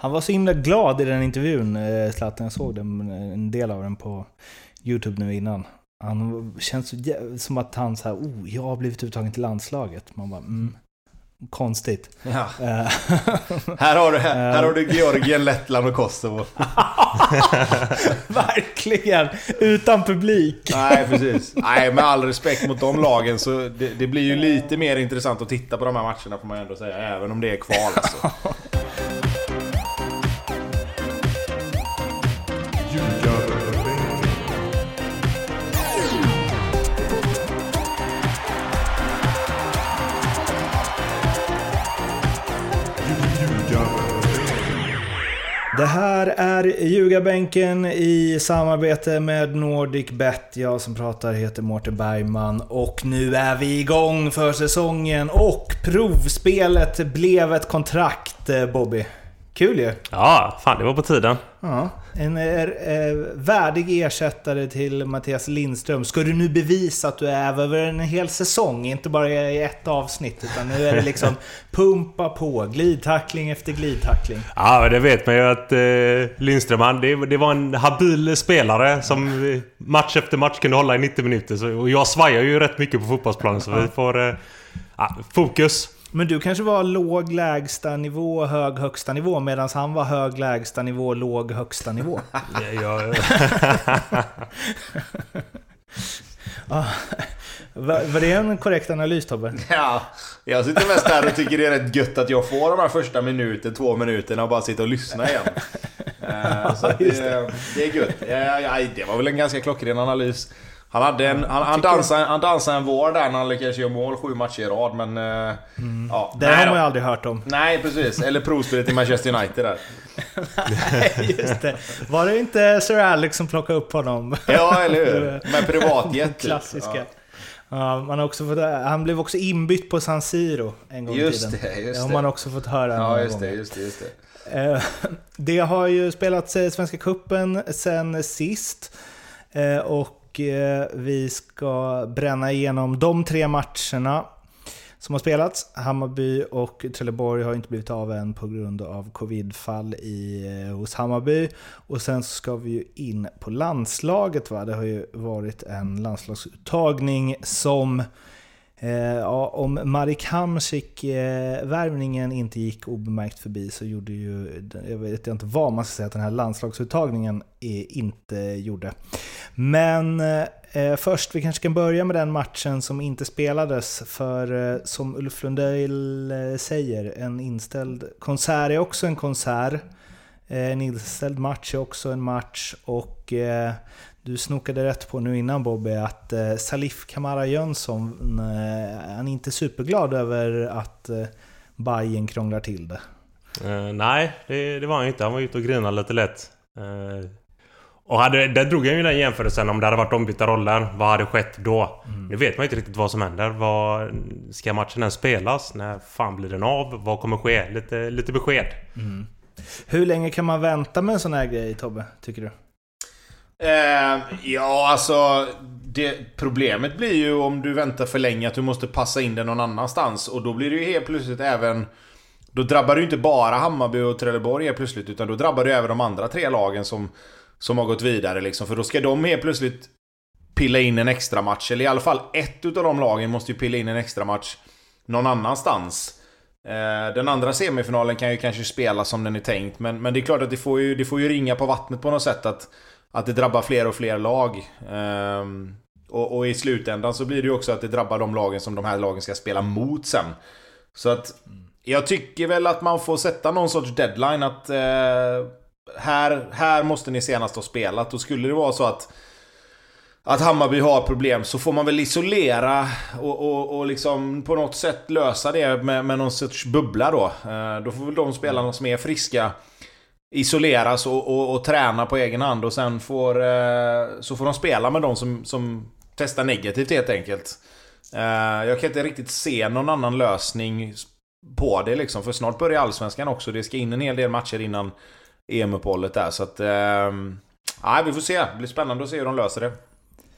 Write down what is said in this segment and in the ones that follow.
Han var så himla glad i den intervjun, Zlatan. Jag såg en del av den på YouTube nu innan. Han känns som att han så här, jag har blivit uttagen till landslaget. Man bara, konstigt. Ja. här har du Georgien, Lettland och Kosovo. Verkligen, utan publik. Nej, precis. Nej, med all respekt mot de lagen så det blir ju lite mer intressant att titta på de här matcherna, får man ändå säga, även om det är kval alltså. Det här är Ljugarbänken i samarbete med NordicBet. Jag som pratar heter Mårten Bergman och nu är vi igång för säsongen och provspelet blev ett kontrakt, Bobby. Kul ju. Ja, fan, det var på tiden. Ja, en värdig ersättare till Mattias Lindström. Ska du nu bevisa att du är över en hel säsong, inte bara i ett avsnitt, utan nu är det liksom pumpa på, glidtackling efter glidtackling. Ja, det vet man ju att Lindström, det var en habil spelare som match efter match kunde hålla i 90 minuter. Och jag svajar ju rätt mycket på fotbollsplanen, så vi får fokus. Men du kanske var låg lägsta nivå, hög högsta nivå, medan han var hög lägsta nivå, låg högsta nivå. Var det en korrekt analys, Tobbe? Ja, jag sitter mest här och tycker det är rätt gött att jag får de här första 2 minuterna och bara sitta och lyssna igen. Så det är gött. Det var väl en ganska klockren analys. Han dansade en vår där när han lyckades göra mål 7 matcher i rad, men det har man ju aldrig hört om. Nej, precis. Eller provspelet i Manchester United där. Nej, just det. Var det inte Sir Alex som plockade upp honom? Ja, eller hur? Med privatjet. Klassiska. Ja, han blev också inbytt på San Siro en gång i tiden. Det har man också fått höra. Ja, just det. Det har ju spelats Svenska Cupen sen sist. Och vi ska bränna igenom de 3 matcherna som har spelats. Hammarby och Trelleborg har inte blivit av än på grund av covidfall hos Hammarby. Och sen så ska vi ju in på landslaget, va? Det har ju varit en landslagsuttagning som om Marek Hamsik-värvningen inte gick obemärkt förbi, så gjorde ju, jag vet inte vad man ska säga, att den här landslagsuttagningen inte gjorde. Men först, vi kanske kan börja med den matchen som inte spelades, för som Ulf Lundell säger, en inställd konsert är också en konsert. En inställd match är också en match, och du snokade rätt på nu innan, Bobby, att Salif Kamara Jönsson, han är inte superglad över att Bayern krånglar till det. Nej, det var han inte. Han var ute och grinade lite lätt. Och där drog jag ju den jämförelsen, om det hade varit ombytta roller, vad hade skett då? Nu vet man inte riktigt vad som händer. Ska matchen ens spelas? När fan blir den av? Vad kommer ske? Lite besked. Hur länge kan man vänta med en sån här grej, Tobbe, tycker du? Ja, alltså problemet blir ju om du väntar för länge att du måste passa in den någon annanstans, och då blir det ju helt plötsligt då drabbar du inte bara Hammarby och Trelleborg helt plötsligt, utan då drabbar du även de andra 3 lagen som har gått vidare liksom, för då ska de helt plötsligt pilla in en extra match, eller i alla fall ett utav de lagen måste ju pilla in en extra match någon annanstans. Den andra semifinalen kan ju kanske spela som den är tänkt, men det är klart att det får ju ringa på vattnet på något sätt, att det drabbar fler och fler lag. Och i slutändan så blir det ju också att det drabbar de lagen som de här lagen ska spela mot sen. Så att jag tycker väl att man får sätta någon sorts deadline, att här måste ni senast ha spelat. Och skulle det vara så att Hammarby har problem, så får man väl isolera och liksom på något sätt lösa det med någon sorts bubbla då. Då får väl de spelarna som är friska isoleras och träna på egen hand, och sen så får de spela med de som testar negativt helt enkelt. Jag kan inte riktigt se någon annan lösning på det liksom, för snart börjar Allsvenskan också. Det ska in en hel del matcher innan EM-uppehållet där, så att vi får se. Det blir spännande att se hur de löser det.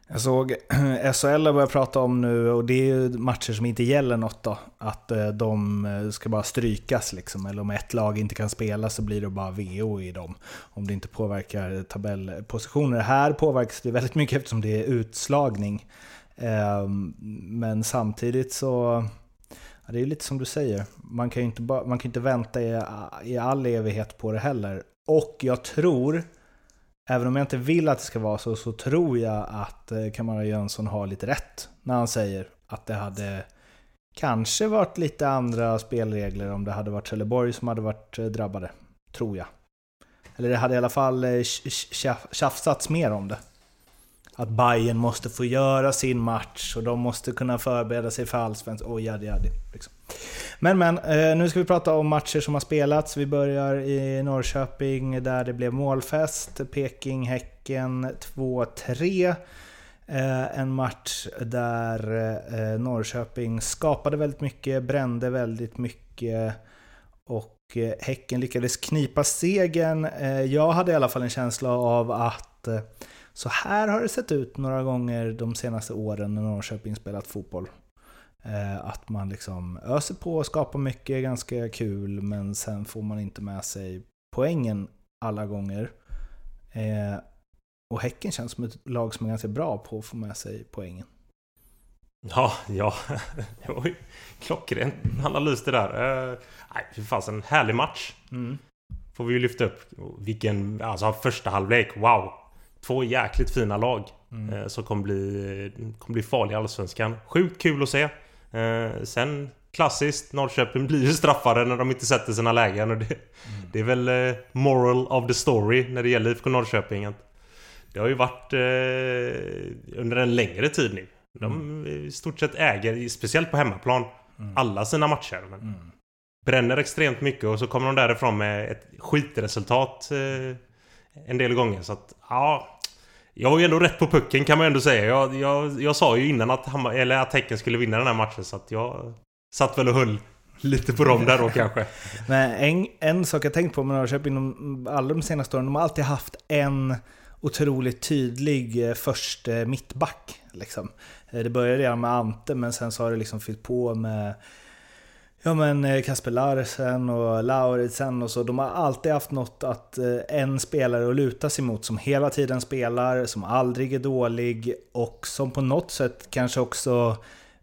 Jag såg SHL börjar prata om nu, och det är ju matcher som inte gäller något då, att de ska bara strykas liksom, eller om ett lag inte kan spela så blir det bara VO i dem, om det inte påverkar tabellpositioner. Här påverkas det väldigt mycket eftersom det är utslagning, men samtidigt så ja, det är ju lite som du säger, man kan ju inte vänta i all evighet på det heller. Och jag tror, även om jag inte vill att det ska vara så tror jag att Kamara Jönsson har lite rätt när han säger att det hade kanske varit lite andra spelregler om det hade varit Trelleborg som hade varit drabbade, tror jag. Eller det hade i alla fall tjafsats mer om det. Att Bayern måste få göra sin match och de måste kunna förbereda sig för allsvenskan och jadi liksom. Men nu ska vi prata om matcher som har spelats. Vi börjar i Norrköping där det blev målfest. Peking-Häcken 2-3. En match där Norrköping skapade väldigt mycket, brände väldigt mycket och Häcken lyckades knipa segern. Jag hade i alla fall en känsla av att så här har det sett ut några gånger de senaste åren när Norrköping spelat fotboll. Att man liksom öser på och skapar mycket, ganska kul, men sen får man inte med sig poängen alla gånger. Och Häcken känns som ett lag som är ganska bra på att få med sig poängen. Ja, det var ju klockren analys det där. Nej, det fanns en härlig match. Får vi ju lyfta upp. Alltså första halvlek, wow. 2 jäkligt fina lag som kommer bli farliga i Allsvenskan. Sjukt kul att se. Sen klassiskt, Norrköping blir ju straffade när de inte sätter sina lägen. Och det är väl moral of the story när det gäller IFK Norrköping. Det har ju varit under en längre tid nu. De i stort sett äger, speciellt på hemmaplan, alla sina matcher. Men bränner extremt mycket och så kommer de därifrån med ett skitresultat en del gånger. Så att, ja, jag var ju ändå rätt på pucken kan man ändå säga. Jag sa ju innan att Häcken skulle vinna den här matchen, så att jag satt väl och höll lite på dem där då kanske. Men en sak jag tänkt på med Norrköping alla de senaste åren, de har alltid haft en otroligt tydlig först mittback liksom. Det började redan med Ante, men sen så har det liksom fyllt på med Kasper Larsen och Lauritsen och så. De har alltid haft något att en spelare att luta sig mot som hela tiden spelar, som aldrig är dålig och som på något sätt kanske också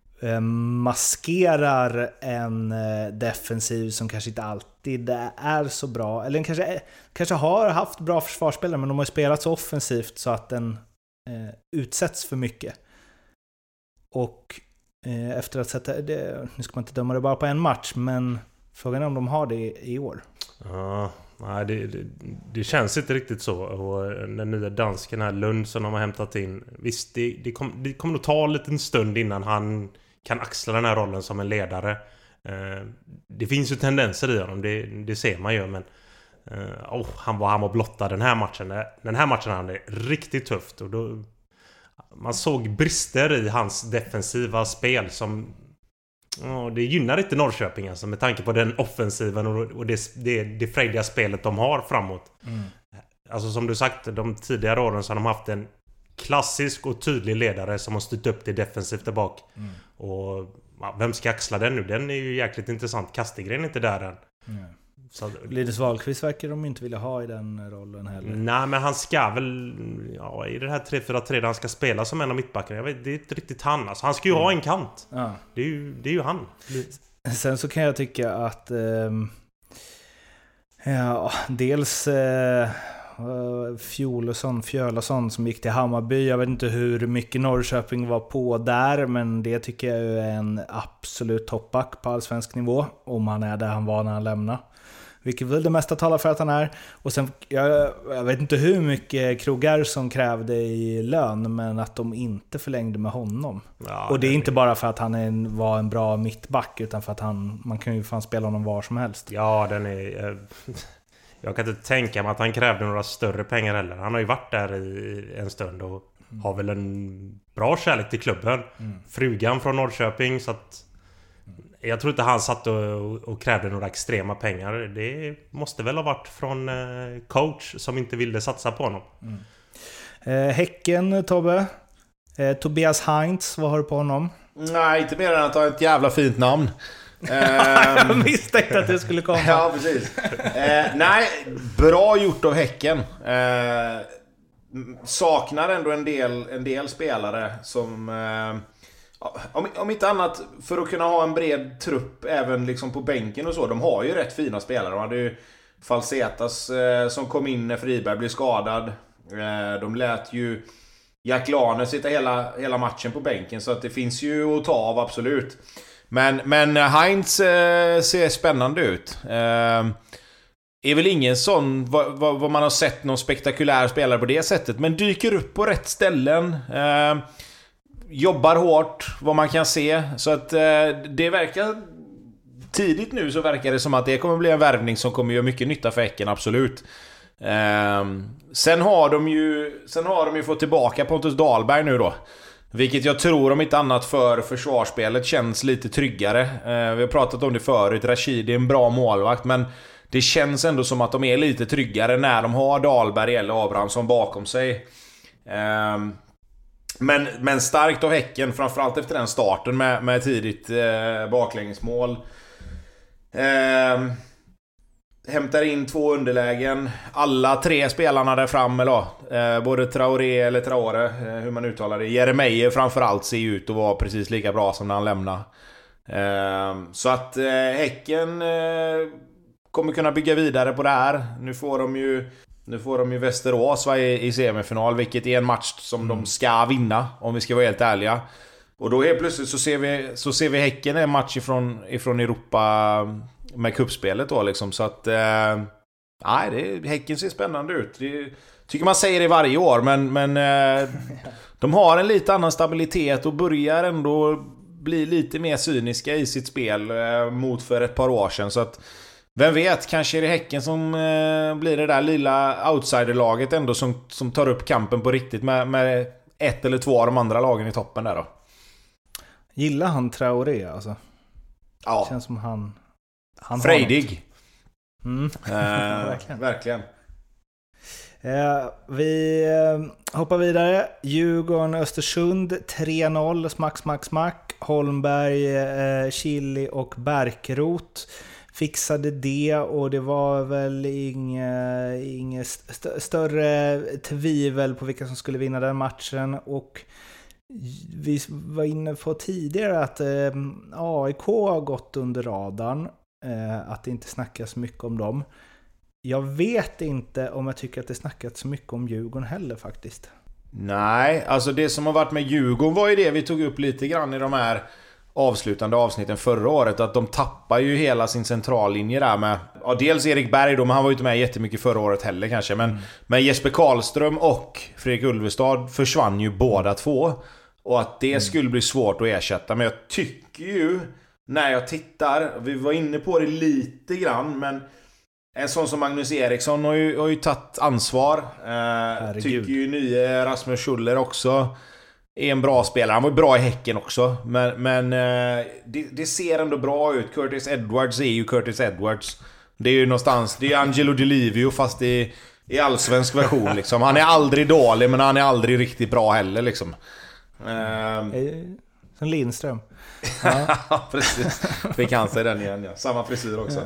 maskerar en defensiv som kanske inte alltid är så bra. Eller kanske har haft bra försvarsspelare, men de har spelat så offensivt så att den utsätts för mycket. Och efter att sätta det, nu ska man inte döma det bara på en match, men frågan är om de har det i år. Ja, nej, det känns inte riktigt så. Och den nya dansken här, Lund, som de har hämtat in, visst, det kommer nog ta en liten stund innan han kan axla den här rollen som en ledare. Det finns ju tendenser i honom, det ser man ju, men han var blottad den här matchen. Den här matchen han är riktigt tufft, och då man såg brister i hans defensiva spel som det gynnar inte Norrköping alltså, med tanke på den offensiven och det frejdiga spelet de har framåt. Alltså som du sagt, de tidigare åren så har de haft en klassisk och tydlig ledare som har styrt upp det defensivt där bak. Och vem ska axla den nu? Den är ju jäkligt intressant. Kastegren är inte där än. Så, Linus Wahlqvist verkar de inte vilja ha i den rollen heller. Nej, men han ska väl i det här 3-4-3 där han ska spela som en av mittbackarna. Jag vet, det är inte riktigt han alltså. Han ska ju ha en kant. Ja. Det är ju han. Sen så kan jag tycka att dels Fjölason som gick till Hammarby. Jag vet inte hur mycket Norrköping var på där, men det tycker jag är en absolut toppback på allsvensk nivå, om han är där han var när han lämnade. Vilket väl det mesta talar för att han är. Och sen, jag vet inte hur mycket Krogar som krävde i lön, men att de inte förlängde med honom. Ja, och det är inte bara för att han var en bra mittback, utan för att man kan ju fan spela honom var som helst. Ja, den är... Jag kan inte tänka mig att han krävde några större pengar heller. Han har ju varit där i en stund och har väl en bra kärlek till klubben. Frugan från Norrköping, så att jag tror inte han satt och krävde några extrema pengar. Det måste väl ha varit från coach som inte ville satsa på honom. Häcken, Tobbe. Tobias Heinz, vad har du på honom? Nej, inte mer än att ha ett jävla fint namn. Jag misstänkte att det skulle komma. Ja, precis. Nej, bra gjort av Häcken. Saknar ändå en del spelare som... om inte annat för att kunna ha en bred trupp även liksom på bänken och så. De har ju rätt fina spelare. De hade ju Falsetas som kom in när Friberg blev skadad. De lät ju Jack Lane sitta hela matchen på bänken, så att det finns ju att ta av, absolut. Men Heinz ser spännande ut. Är väl ingen sån vad man har sett någon spektakulär spelare på det sättet, men dyker upp på rätt ställen. Jobbar hårt, vad man kan se. Så att det verkar... Tidigt nu så verkar det som att det kommer bli en värvning som kommer göra mycket nytta för Häcken, absolut. Sen har de ju fått tillbaka Pontus Dahlberg nu då. Vilket jag tror om inte annat för försvarsspelet känns lite tryggare. Vi har pratat om det förut, Rashid är en bra målvakt, men det känns ändå som att de är lite tryggare när de har Dahlberg eller Abrahamsson bakom sig. Men starkt av Häcken, framförallt efter den starten med tidigt baklängesmål. Hämtar in 2 underlägen. Alla 3 spelarna där framme då. Både Traore, hur man uttalar det. Jeremejeff framförallt ser ut att vara precis lika bra som när han lämnar. Så att Häcken kommer kunna bygga vidare på det här. Nu får de ju Västerås i semifinal, vilket är en match som de ska vinna, om vi ska vara helt ärliga. Och då helt plötsligt så ser vi Häcken en match ifrån Europa med kuppspelet då liksom. Så att Häcken ser spännande ut. Tycker man säger det varje år, men de har en lite annan stabilitet och börjar ändå bli lite mer cyniska i sitt spel mot för ett par år sedan. Så att vem vet, kanske är det Häcken som blir det där lilla outsiderlaget ändå som tar upp kampen på riktigt med 1 eller 2 av de andra lagen i toppen där då. Gillar han Traoré alltså? Ja. Det känns som han frejdig. Verkligen. Vi hoppar vidare. Djurgården-Östersund 3-0, smack. Holmberg, Chili och Bärkroth fixade det, och det var väl inget större tvivel på vilka som skulle vinna den matchen. Och vi var inne på tidigare att AIK har gått under radarn, att det inte snackas mycket om dem. Jag vet inte om jag tycker att det snackats så mycket om Djurgården heller faktiskt. Nej, alltså det som har varit med Djurgården var ju det vi tog upp lite grann i de här avslutande avsnitten förra året, att de tappar ju hela sin centrallinje där med, dels Erik Berg då, men han var ju inte med jättemycket förra året heller kanske, men Jesper Karlström och Fredrik Ulvestad försvann ju båda två, och att det skulle bli svårt att ersätta. Men jag tycker ju, när jag tittar, vi var inne på det lite grann, men en sån som Magnus Eriksson har ju tagit ansvar. Tycker ju nye Rasmus Schuller också är en bra spelare. Han var ju bra i Häcken också. Men det ser ändå bra ut. Curtis Edwards är ju Curtis Edwards. Det är ju någonstans, det är Angelo Di Livio fast i allsvensk version liksom. Han är aldrig dålig, men han är aldrig riktigt bra heller liksom. Som Lindström. Ja, precis. Fick han sig den igen, ja. Samma frisyr också.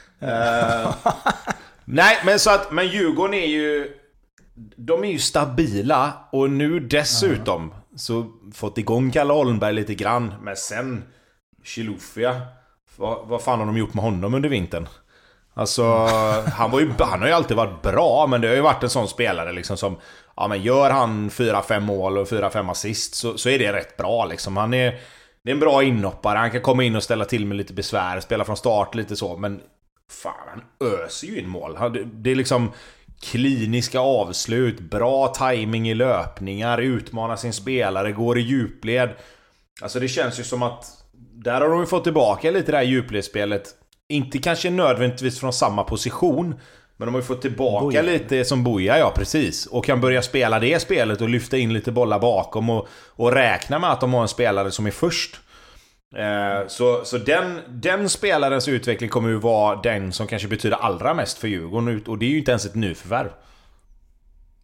Nej, men Djurgården är ju, de är ju stabila, och nu dessutom så fått igång Kalle Holmberg lite grann, men sen Chilufya, vad fan har de gjort med honom under vintern? Alltså han har ju alltid varit bra, men det har ju varit en sån spelare liksom som, ja, men gör han 4-5 mål och 4-5 assist så är det rätt bra liksom. Det är en bra inhoppare, han kan komma in och ställa till med lite besvär, spela från start lite så, men fan, han öser ju in mål. Det är liksom kliniska avslut, bra timing i löpningar, utmanar sin spelare, går i djupled. Alltså det känns ju som att där har de ju fått tillbaka lite det här djupledsspelet. Inte kanske nödvändigtvis från samma position, men de har ju fått tillbaka lite som Boja, ja precis. Och kan börja spela det spelet och lyfta in lite bollar bakom och räkna med att de har en spelare som är först. Så den spelarens utveckling kommer ju vara den som kanske betyder allra mest för Djurgården, och det är ju inte ens ett nyförvärv.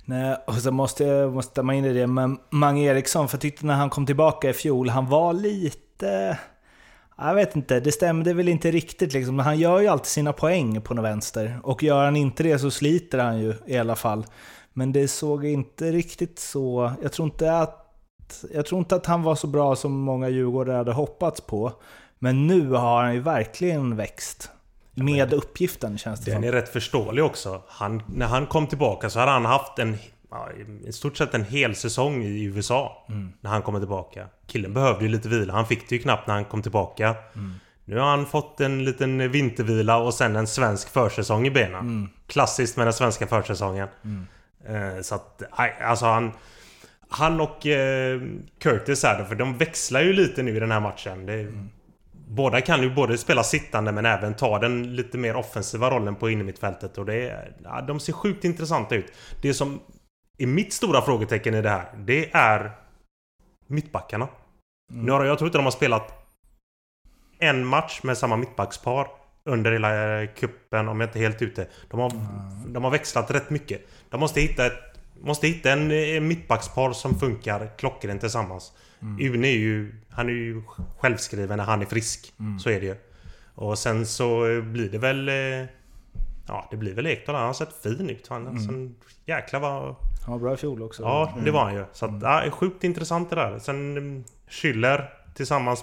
Nej, och så måste jag stämma in i det, men Mange Eriksson, för jag tyckte när han kom tillbaka i fjol, han var lite... Jag vet inte, det stämde väl inte riktigt liksom, men han gör ju alltid sina poäng på något vänster, och gör han inte det så sliter han ju i alla fall. Men det såg inte riktigt så... Jag tror inte att han var så bra som många djurgårdare hade hoppats på, men nu har han ju verkligen växt med uppgiften, känns det. Den är rätt förståelig också. När han kom tillbaka så hade han haft i stort sett en hel säsong i USA när han kommer tillbaka. Killen behövde ju lite vila. Han fick det ju knappt när han kom tillbaka. Nu har han fått en liten vintervila och sen en svensk försäsong i benen. Klassiskt med den svenska försäsongen. Så att, alltså han och Curtis här då, för de växlar ju lite nu i den här matchen. Båda kan ju både spela sittande men även ta den lite mer offensiva rollen på innermittfältet, och de ser sjukt intressanta ut. Det som är mitt stora frågetecken i det här, det är mittbackarna. Nu har jag tror inte de har spelat en match med samma mittbackspar under hela kuppen, om jag inte är helt ute. De har växlat rätt mycket. De måste hitta en mittbackspar som funkar klockrent tillsammans. Une han är ju självskriven när han är frisk. Så är det ju. Och sen så blir det väl det blir väl Ekdal. Han har sett fin ut. Sen, jäklar vad... Han var bra i fjol också. Ja, det var han ju. Så att, sjukt intressant det där. Sen Schüller tillsammans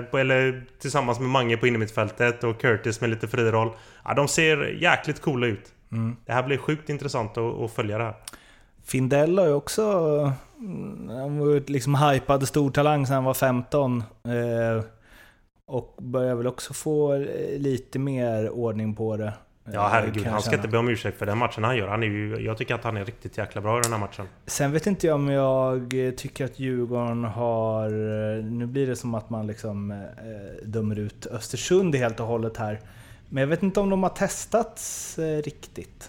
med Mange på innermittfältet och Curtis med lite fri roll. Ja, de ser jäkligt coola ut. Det här blir sjukt intressant att följa det här. Findell har ju också, han var liksom hypad stor talang sedan han var 15, och börjar väl också få lite mer ordning på det. Ja, herregud, han ska inte be om ursäkt för den matchen han gör. Jag tycker att han är riktigt jäkla bra i den här matchen. Sen vet inte jag om jag tycker att Djurgården har... Nu blir det som att man liksom dömer ut Östersund helt och hållet här. Men jag vet inte om de har testats riktigt.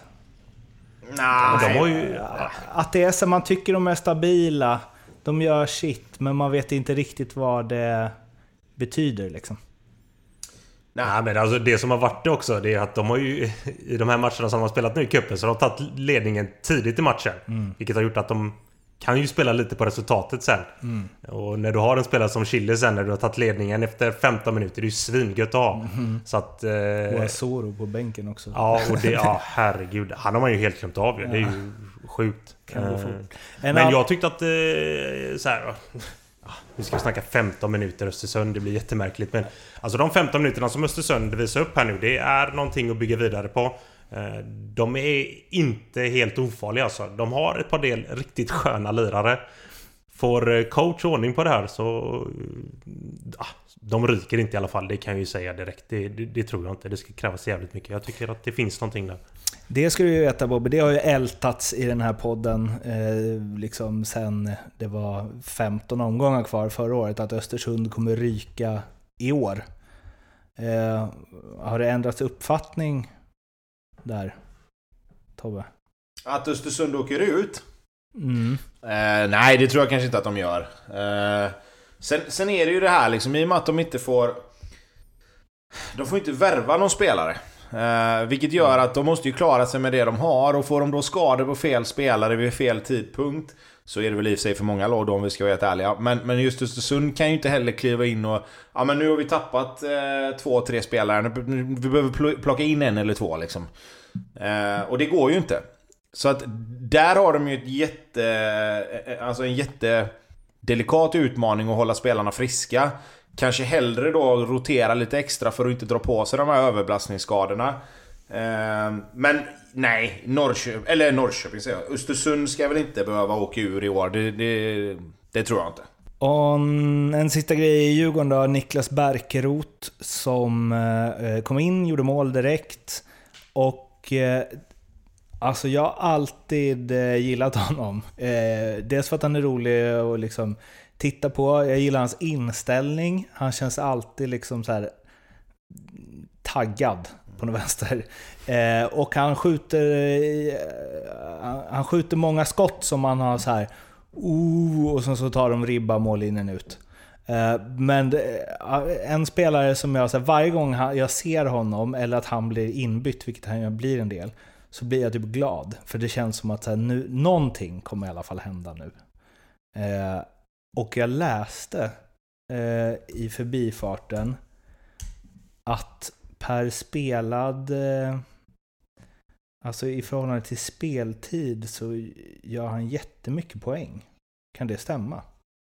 Nej. Att det är så man tycker de är stabila. De gör sitt, men man vet inte riktigt vad det betyder liksom. Nej, men alltså det som har varit det också, det är att de har ju i de här matcherna som de har spelat nu i cupen, så de har tagit ledningen tidigt i matchen. Vilket har gjort att de kan ju spela lite på resultatet sen. Och när du har en spelare som Schiller sen, när du har tagit ledningen efter 15 minuter, det är ju svingött att ha. Så att... och Soro på bänken också. Ja, och herregud. Han har man ju helt glömt av. Det är ju sjukt. Men jag tyckte att så här... Nu ska vi snacka 15 minuter Östersund, det blir jättemärkligt. Men alltså de 15 minuterna som Östersund visar upp här nu, det är någonting att bygga vidare på. De är inte helt ofarliga alltså. De har ett par del riktigt sköna lirare. Får coach ordning på det här så... de ryker inte i alla fall, det kan jag ju säga direkt. Det tror jag inte, det ska krävas jävligt mycket. Jag tycker att det finns någonting där. Det ska du ju veta, Bobby, det har ju ältats i den här podden liksom sen det var 15 omgångar kvar förra året, att Östersund kommer ryka i år. Har det ändrats uppfattning där, Tobbe? Att Östersund åker ut? Nej, det tror jag kanske inte att de gör. Sen är det ju det här liksom, i och med att de inte får... De får inte värva någon spelare. Vilket gör att de måste ju klara sig med det de har. Och får de då skador på fel spelare vid fel tidpunkt, så är det väl i sig för många lag då, om vi ska vara helt ärliga. Men just Östersund kan ju inte heller kliva in och... Ja, men nu har vi tappat 2-3 spelare. Vi behöver plocka in en eller två liksom. Och det går ju inte. Så att där har de ju en jättedelikat utmaning att hålla spelarna friska. Kanske hellre då rotera lite extra för att inte dra på sig de här överbelastningsskadorna. Men nej, Norrköping säger jag. Östersund ska väl inte behöva åka ur i år. Det tror jag inte. Och en sista grej i Djurgården då, Niklas Bärkeroth som kom in, gjorde mål direkt. Och alltså jag har alltid gillat honom. Dels för att han är rolig och liksom titta på. Jag gillar hans inställning. Han känns alltid liksom så här taggad på något vänster. Och han skjuter många skott som han har så här och sen så tar de ribba mållinjen ut. Men en spelare som jag så här, varje gång jag ser honom eller att han blir inbytt, vilket han blir en del, så blir jag typ glad. För det känns som att så här, nu, någonting kommer i alla fall hända nu. Och jag läste i förbifarten att per spelad, alltså i förhållande till speltid, så gör han jättemycket poäng. Kan det stämma?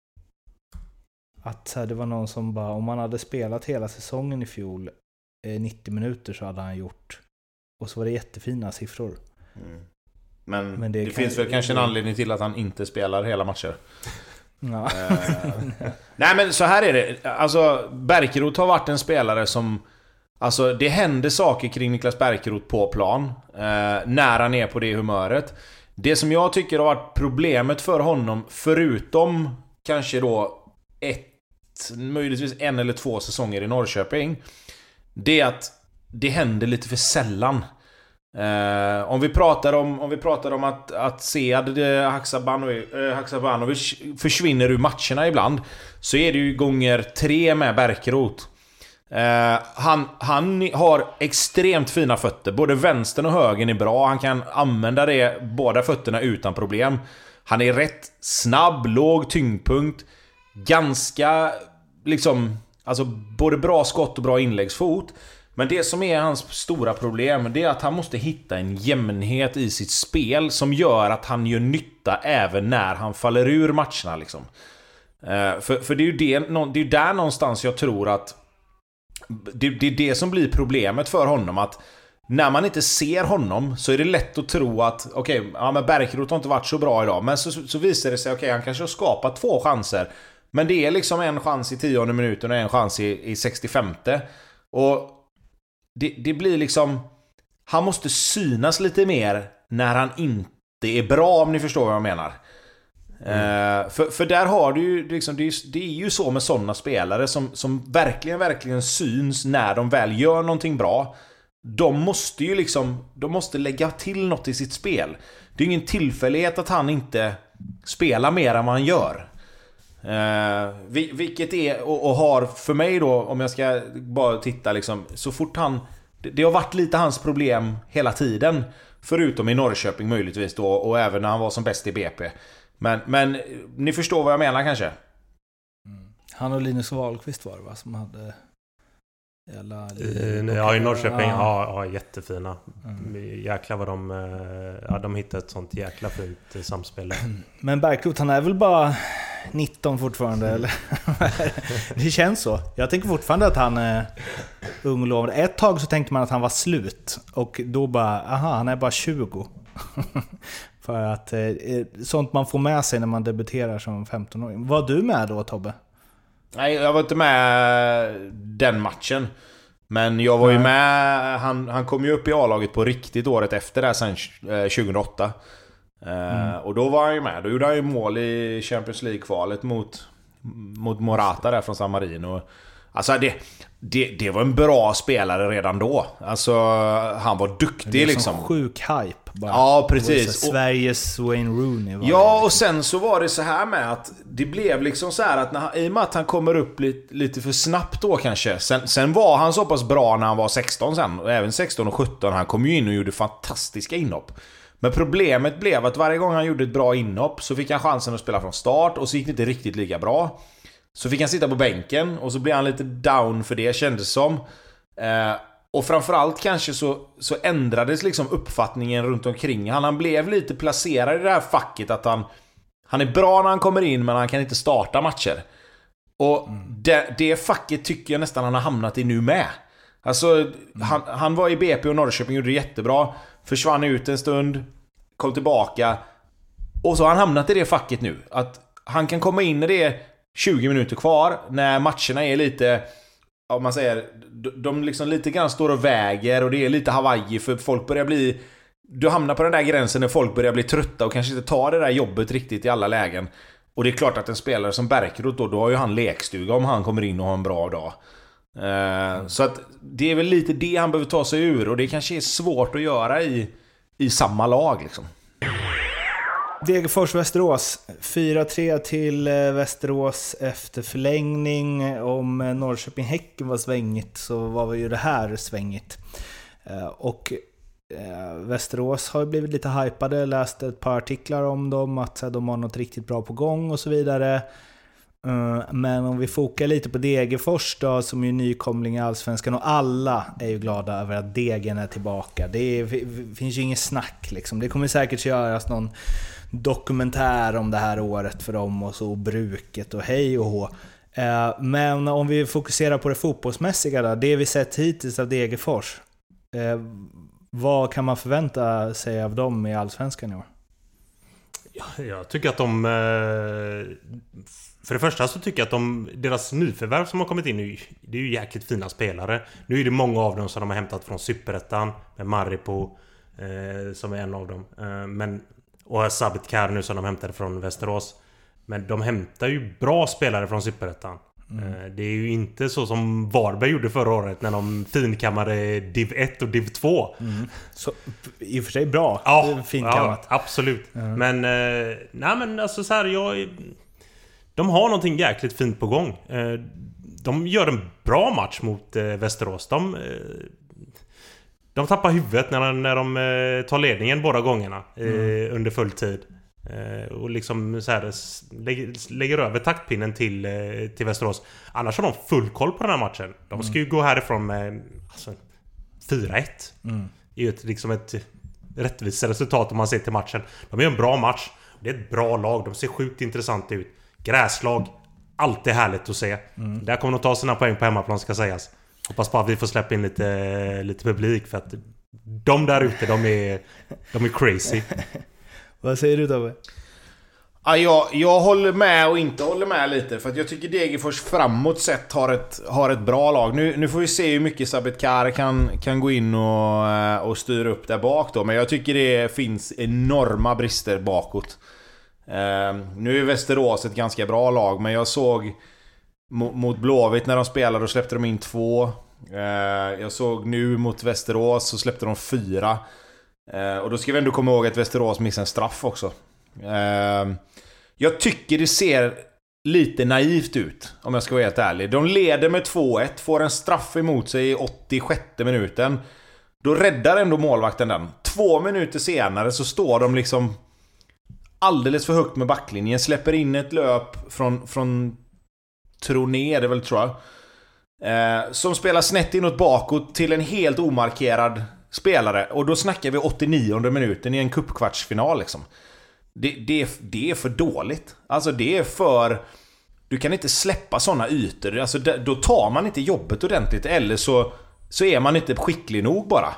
Att så här, det var någon som bara, om han hade spelat hela säsongen i fjol 90 minuter så hade han gjort, och så var det jättefina siffror. Men det finns väl kanske en anledning till att han inte spelar hela matcher. Ja. Nej, men så här är det. Alltså, Bärkeroth har varit en spelare som... Alltså, det händer saker kring Niklas Bärkeroth på plan när han är på det humöret. Det som jag tycker har varit problemet för honom, förutom kanske då möjligtvis 1 eller 2 säsonger i Norrköping, det är att det händer lite för sällan. Om vi pratar om att Sead Haksabanovic försvinner ur matcherna ibland, så är det ju gånger 3 med Bärkeroth. Han har extremt fina fötter. Både vänstern och högern är bra. Han kan använda det, båda fötterna utan problem. Han är rätt snabb, låg tyngdpunkt, ganska liksom, alltså både bra skott och bra inläggsfot. Men det som är hans stora problem, det är att han måste hitta en jämnhet i sitt spel som gör att han gör nytta även när han faller ur matcherna liksom. För det är ju där någonstans jag tror att det är det som blir problemet för honom, att när man inte ser honom så är det lätt att tro att men Bärkeroth har inte varit så bra idag, men så visar det sig han kanske har skapat 2 chanser, men det är liksom en chans i 10:e minuten och en chans i 65:e, och det blir liksom, han måste synas lite mer när han inte är bra, om ni förstår vad jag menar. För där har du ju liksom, det är ju så med sådana spelare som verkligen syns när de väl gör någonting bra. De måste lägga till något i sitt spel. Det är ingen tillfällighet att han inte spelar mer än vad han gör. Vilket är och har för mig då, om jag ska bara titta liksom, så fort det har varit lite hans problem hela tiden, förutom i Norrköping möjligtvis då, och även när han var som bäst i BP. Men ni förstår vad jag menar kanske. Han och Linus Wahlqvist var det, va, som hade ja, i Norrköping jättefina. Jäklar vad de hittade ett sånt jäkla fint samspel. Men Bärkeroth, han är väl bara 19 fortfarande, eller? Det känns så. Jag tänker fortfarande att han är ung och lovande. Ett tag så tänkte man att han var slut, och då bara, han är bara 20. För att sånt man får med sig när man debuterar som 15-åring. Var du med då, Tobbe? Nej, jag var inte med den matchen. Men jag var ju med. Han kom ju upp i A-laget på riktigt året efter det, sen 2008. Och då var han ju med. Då gjorde han ju mål i Champions League-kvalet mot Morata där från San Marino. Alltså det var en bra spelare redan då. Alltså han var duktig det är liksom. Sjuk hype bara. Ja, precis. Sveriges Wayne Rooney var ja, och sen så var det så här med att det blev liksom så här att i och med att han kommer upp lite för snabbt då kanske. Sen var han så pass bra när han var 16 sen, och även 16 och 17. Han kom ju in och gjorde fantastiska inhopp. Men problemet blev att varje gång han gjorde ett bra inhopp så fick han chansen att spela från start, och så gick det inte riktigt lika bra. Så fick han sitta på bänken, och så blev han lite down för det, kändes som. Och framförallt kanske så ändrades liksom uppfattningen runt omkring. Han blev lite placerad i det här facket att han är bra när han kommer in, men han kan inte starta matcher. Och det facket tycker jag nästan han har hamnat i nu med. Alltså han var i BP och Norrköping, gjorde det jättebra, försvann ut en stund, kom tillbaka, och så har han hamnat i det facket nu. Att han kan komma in när det är 20 minuter kvar, när matcherna är lite, om man säger, de liksom lite grann står och väger, och det är lite Hawaii, för folk börjar bli, du hamnar på den där gränsen när folk börjar bli trötta och kanske inte tar det där jobbet riktigt i alla lägen. Och det är klart att en spelare som Bärkeroth då har ju han lekstuga om han kommer in och har en bra dag. Så att det är väl lite det han behöver ta sig ur, och det kanske är svårt att göra i samma lag liksom. Degerfors-Västerås 4-3 till Västerås efter förlängning. Om Norrköping-Häcken var svängigt, så var ju det här svängigt. Och Västerås har blivit lite hypade, läste ett par artiklar om dem, att de har något riktigt bra på gång och så vidare. Men om vi fokar lite på Degerfors då, som är nykomling i Allsvenskan, och alla är ju glada över att Degen är tillbaka. Det finns ju inget snack liksom. Det kommer säkert göras någon dokumentär om det här året för dem och så, bruket och hej och hå. Men om vi fokuserar på det fotbollsmässiga då, det vi sett hittills av Degerfors, vad kan man förvänta sig av dem i Allsvenskan i år? Jag tycker att de... För det första så tycker jag att deras nyförvärv som har kommit in nu, det är ju jäkligt fina spelare. Nu är det många av dem som de har hämtat från Superettan, med Maripo som är en av dem. Och Sabetkar nu som de hämtade från Västerås. Men de hämtar ju bra spelare från Superettan. Det är ju inte så som Varberg gjorde förra året när de finkammade Div 1 och Div 2. Så i och för sig bra. Ja, finkammat. Ja, absolut. Men nej, men alltså så här, de har någonting jäkligt fint på gång. De gör en bra match mot Västerås. De tappar huvudet när de tar ledningen båda gångerna under full tid. Och liksom så här, lägger över taktpinnen till Västerås. Annars har de full koll på den här matchen. De ska ju gå härifrån med 4-1. Det är ju liksom ett rättvist resultat om man ser till matchen. De är en bra match. Det är ett bra lag. De ser sjukt intressant ut. Gräslag, alltid härligt att se. Där kommer de ta sina poäng på hemmaplan, ska sägas. Hoppas på att vi får släppa in lite publik, för att de där ute, de är crazy. Vad säger du, Tobbe? Ja, jag håller med och inte håller med lite, för att jag tycker Degerfors framåt sett har ett bra lag. Nu får vi se hur mycket Sabetkar kan gå in och styra upp där bak då, men jag tycker det finns enorma brister bakåt. Nu är Västerås ett ganska bra lag, men jag såg mot Blåvitt när de spelade, och släppte de in 2. Jag såg nu mot Västerås så släppte de 4. Och då ska vi ändå komma ihåg att Västerås missade en straff också. Jag tycker det ser lite naivt ut, om jag ska vara helt ärlig. De leder med 2-1, får en straff emot sig i 86 minuten. Då räddar ändå målvakten den. 2 minuter senare så står de liksom alldeles för högt med backlinjen. Släpper in ett löp från Troné, det väl, tror jag. Som spelar snett inåt bakåt till en helt omarkerad spelare. Och då snackar vi 89:e minuten i en cupkvartsfinal liksom. Det är för dåligt. Alltså det är för... Du kan inte släppa såna ytor. Alltså då tar man inte jobbet ordentligt. Eller så är man inte skicklig nog bara.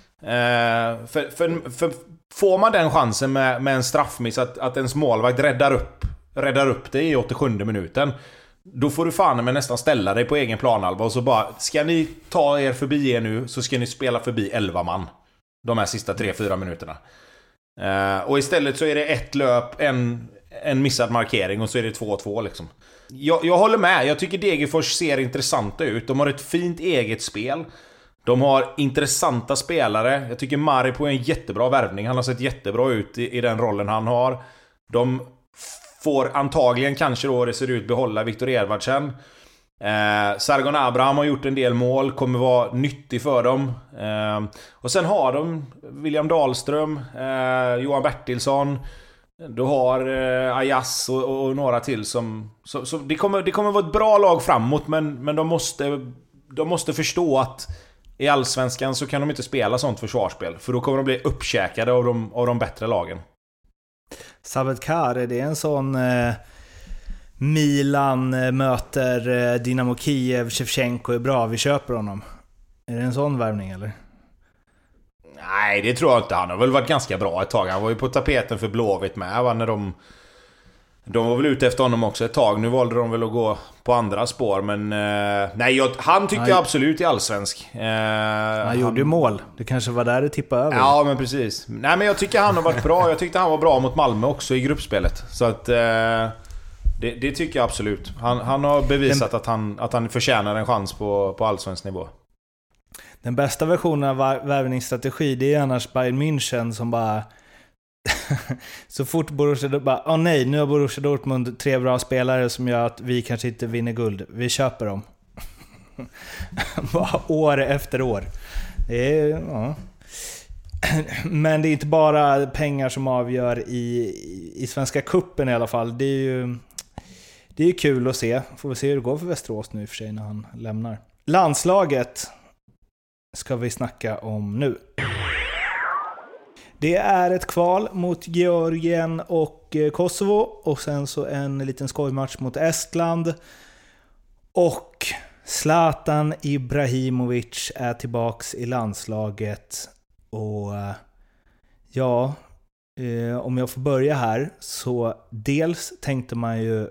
För får man den chansen med en straffmiss att ens målvakt räddar upp det i 87:e minuten, då får du fan med nästan ställa dig på egen planhalva och så bara, ska ni ta er förbi er nu, så ska ni spela förbi 11 man de här sista 3-4 minuterna. Och istället så är det ett löp, en missad markering, och så är det 2-2 liksom. Jag håller med, jag tycker Degerfors ser intressanta ut. De har ett fint eget spel. De har intressanta spelare. Jag tycker Maripo är en jättebra värvning. Han har sett jättebra ut i den rollen han har. De får antagligen, kanske då det ser ut, behålla Viktor Edvardsen. Sargon Abraham har gjort en del mål, kommer vara nyttig för dem. Och sen har de William Dahlström, Johan Bertilsson. Du har Ayas och några till som det kommer vara ett bra lag framåt, men de måste förstå att i Allsvenskan så kan de inte spela sånt försvarsspel, för då kommer de bli uppkäkade av de bättre lagen. Sabetkar, är det en sån Milan möter Dynamo Kiev, Shevchenko är bra, vi köper honom? Är det en sån värvning eller? Nej, det tror jag inte. Han har väl varit ganska bra ett tag. Han var ju på tapeten för Blåvitt med, va? När de var väl ute efter honom också ett tag. Nu valde de väl att gå på andra spår. Men nej, han tycker jag absolut är allsvensk. Han gjorde ju mål. Det kanske var där det tippade över. Ja, men precis. Nej, men jag tycker han har varit bra. Jag tyckte han var bra mot Malmö också i gruppspelet. Så att det tycker jag absolut. Han har bevisat att han förtjänar en chans på allsvensk nivå. Den bästa versionen av värvningsstrategi, det är annars Bayern München som bara så fort Borussia Dortmund bara, nej, nu har Borussia Dortmund 3 bra spelare som gör att vi kanske inte vinner guld. Vi köper dem. Bara år efter år. Det är, ja. Men det är inte bara pengar som avgör i Svenska Cupen i alla fall. Det är ju kul att se. Får vi se hur det går för Västerås nu i och för sig när han lämnar. Landslaget ska vi snacka om nu. Det är ett kval mot Georgien och Kosovo. Och sen så en liten skojmatch mot Estland. Och Zlatan Ibrahimovic är tillbaks i landslaget. Och ja, om jag får börja här, så dels tänkte man ju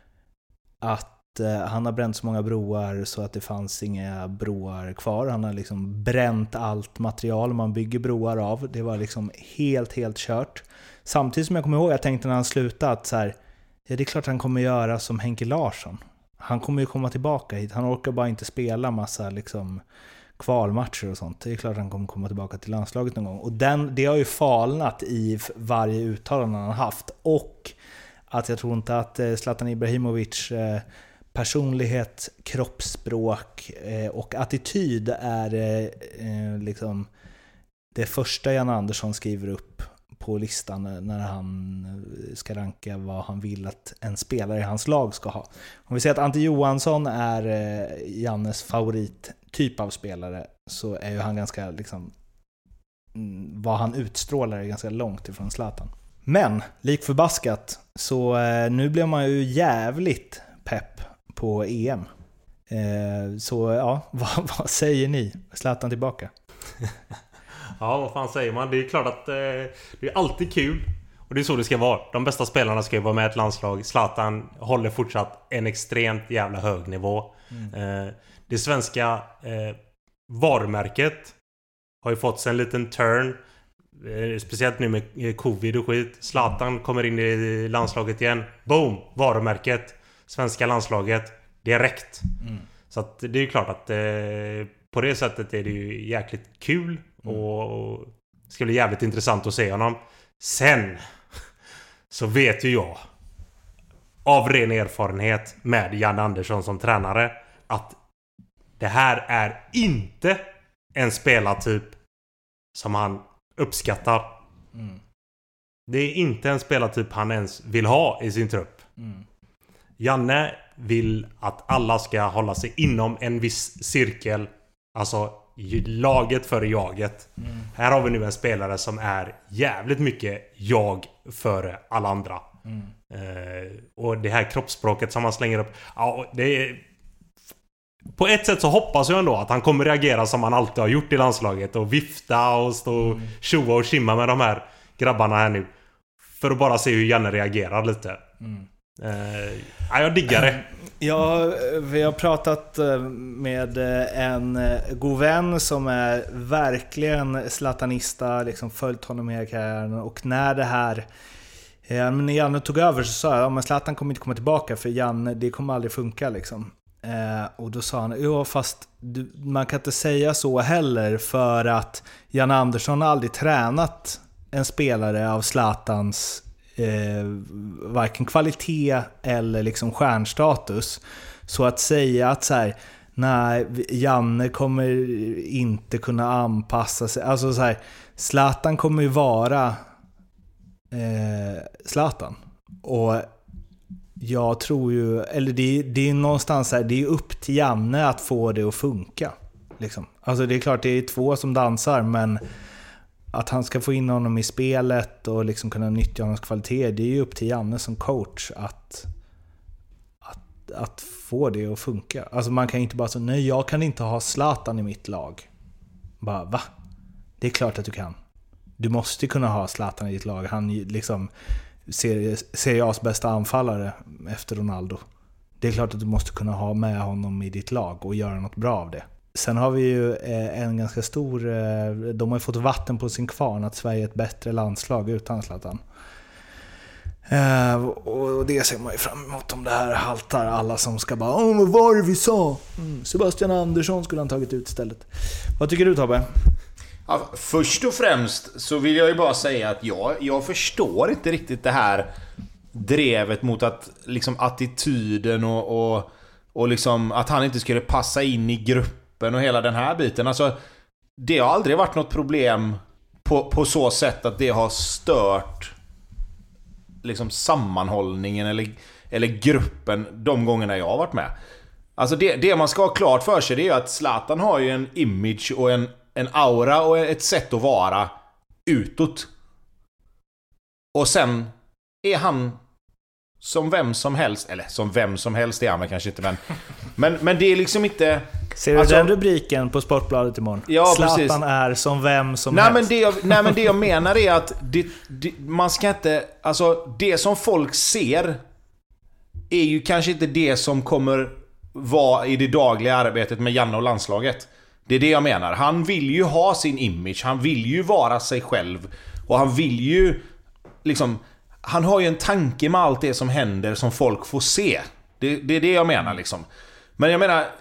att han har bränt så många broar så att det fanns inga broar kvar. Han har liksom bränt allt material man bygger broar av. Det var liksom helt kört. Samtidigt som jag kommer ihåg, jag tänkte när han slutade att så här, ja, det är klart han kommer göra som Henke Larsson. Han kommer ju komma tillbaka hit. Han orkar bara inte spela massa liksom kvalmatcher och sånt. Det är klart han kommer komma tillbaka till landslaget någon gång. Och det har ju falnat i varje uttalande han har haft. Och att jag tror inte att Zlatan Ibrahimovic personlighet, kroppsspråk och attityd är liksom det första Jan Andersson skriver upp på listan när han ska ranka vad han vill att en spelare i hans lag ska ha. Om vi säger att Ante Johansson är Jannes favorit typ av spelare, så är ju han ganska liksom, vad han utstrålar är ganska långt ifrån Zlatan. Men lik förbaskat så nu blir man ju jävligt pepp på EM. Så ja, vad säger ni? Zlatan tillbaka. Ja, vad fan säger man? Det är klart att det är alltid kul. Och det är så det ska vara. De bästa spelarna ska ju vara med i ett landslag. Zlatan håller fortsatt en extremt jävla hög nivå. Det svenska varumärket har ju fått sig en liten turn. Speciellt nu med covid och skit. Zlatan kommer in i landslaget igen. Boom! Varumärket. Svenska landslaget. Direkt. Så att det är ju klart att på det sättet är det ju jäkligt kul. Och det ska bli jävligt intressant att se honom. Sen så vet ju jag av ren erfarenhet med Jan Andersson som tränare att det här är inte en spelartyp som han uppskattar. Det är inte en spelartyp han ens vill ha i sin trupp. Janne vill att alla ska hålla sig inom en viss cirkel. Alltså laget före jaget. Här har vi nu en spelare som är jävligt mycket jag före alla andra. Och det här kroppsspråket som han slänger upp, ja, det är, på ett sätt så hoppas jag ändå att han kommer reagera som han alltid har gjort i landslaget och vifta och stå och tjoa och skimma med de här grabbarna här nu, för att bara se hur Janne reagerar lite. Ja, jag diggar det. Ja, vi har pratat med en god vän som är verkligen zlatanista, liksom följt honom hela karriären. Och när det här, när Janne tog över så sa jag, men Zlatan kommer inte komma tillbaka för Janne, det kommer aldrig funka liksom. Och då sa han, ja fast man kan inte säga så heller, för att Jan Andersson har aldrig tränat en spelare av Zlatans varken kvalitet eller liksom stjärnstatus. Så att säga att så här, nej, Janne kommer inte kunna anpassa sig, alltså så här, Zlatan kommer ju vara Zlatan. Och jag tror ju, eller det är någonstans här, det är upp till Janne att få det att funka liksom. Alltså det är klart det är två som dansar, men att han ska få in honom i spelet och liksom kunna nyttja hans kvalitet, det är ju upp till Janne som coach att få det att funka. Alltså man kan inte bara säga, nej jag kan inte ha Zlatan i mitt lag. Bara, va? Det är klart att du kan. Du måste kunna ha Zlatan i ditt lag. Han liksom Serie A's bästa anfallare efter Ronaldo. Det är klart att du måste kunna ha med honom i ditt lag och göra något bra av det. Sen har vi ju en ganska stor, de har ju fått vatten på sin kvarn att Sverige är ett bättre landslag utan Zlatan. Och det ser man ju fram emot om det här haltar. Alla som ska bara, vad var det vi sa? Sebastian Andersson skulle han tagit ut istället. Vad tycker du, Tobbe? Ja, först och främst så vill jag ju bara säga att jag förstår inte riktigt det här drevet mot att liksom attityden och liksom att han inte skulle passa in i gruppen och hela den här biten. Alltså det har aldrig varit något problem på så sätt att det har stört liksom sammanhållningen eller gruppen de gångerna jag har varit med. Alltså det man ska ha klart för sig, det är ju att Zlatan har ju en image och en aura och ett sätt att vara utåt. Och sen är han som vem som helst, eller som vem som helst är han kanske inte, men det är liksom inte... Ser du den rubriken på Sportbladet imorgon? Ja, Zlatan precis. Är som vem som helst. Men det jag menar är att man ska inte... Alltså, det som folk ser är ju kanske inte det som kommer vara i det dagliga arbetet med Janne och landslaget. Det är det jag menar. Han vill ju ha sin image, han vill ju vara sig själv, och han vill ju liksom... Han har ju en tanke med allt det som händer som folk får se. Det är det jag menar liksom. Men jag menar,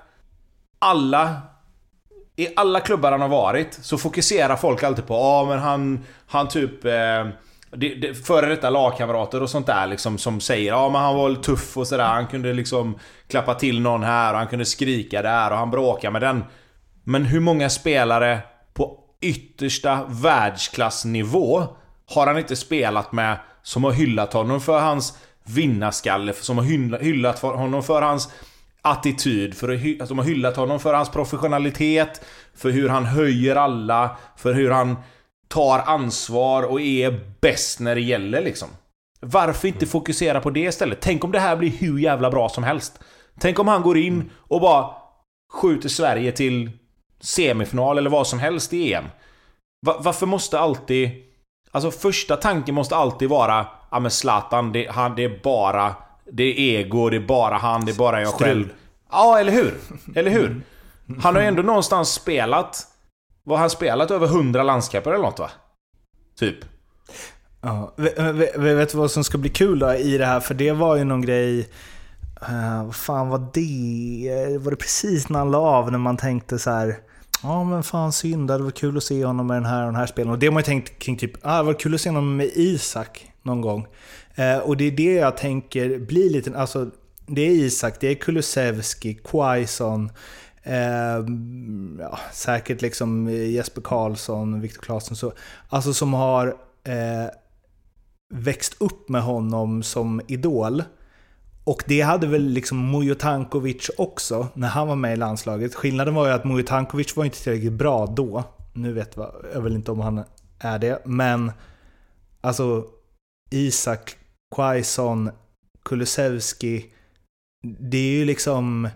i alla klubbar han har varit så fokuserar folk alltid på men han typ före detta lagkamrater och sånt där liksom, som säger men han var tuff och sådär, han kunde liksom klappa till någon här och han kunde skrika där och han bråkade med den. Men hur många spelare på yttersta världsklassnivå har han inte spelat med som har hyllat honom för hans vinnarskalle, som har hyllat honom för hans attityd, som har hyllat honom för hans professionalitet, för hur han höjer alla, för hur han tar ansvar och är bäst när det gäller liksom. Varför inte fokusera på det istället? Tänk om det här blir hur jävla bra som helst. Tänk om han går in och bara skjuter Sverige till semifinal eller vad som helst i EM. Varför måste alltid... Alltså första tanken måste alltid vara men Zlatan, det är bara... Det är ego, det är bara han, det är bara jag själv. Ja, eller hur? Eller hur? Han har ju ändå någonstans spelat... Vad har han spelat? Över 100 landskamper eller något, va? Typ. Ja, vet du vad som ska bli kul då i det här? För det var ju någon grej... vad fan var det? Var det precis när han la av, när man tänkte så här... Ja, men fan synd, det var kul att se honom med den här spelen. Och det har man ju tänkt kring typ, det var kul att se honom med Isak någon gång. Och det är det jag tänker bli lite, alltså det är Isak, det är Kulusevski, Quaison, säkert liksom Jesper Karlsson, Viktor Claesson, så, alltså som har växt upp med honom som idol. Och det hade väl liksom Mujo Tankovic också när han var med i landslaget. Skillnaden var ju att Mujo Tankovic var inte tillräckligt bra då. Nu vet jag väl inte om han är det. Men alltså Isak, Quaison, Kulusevski, det är ju liksom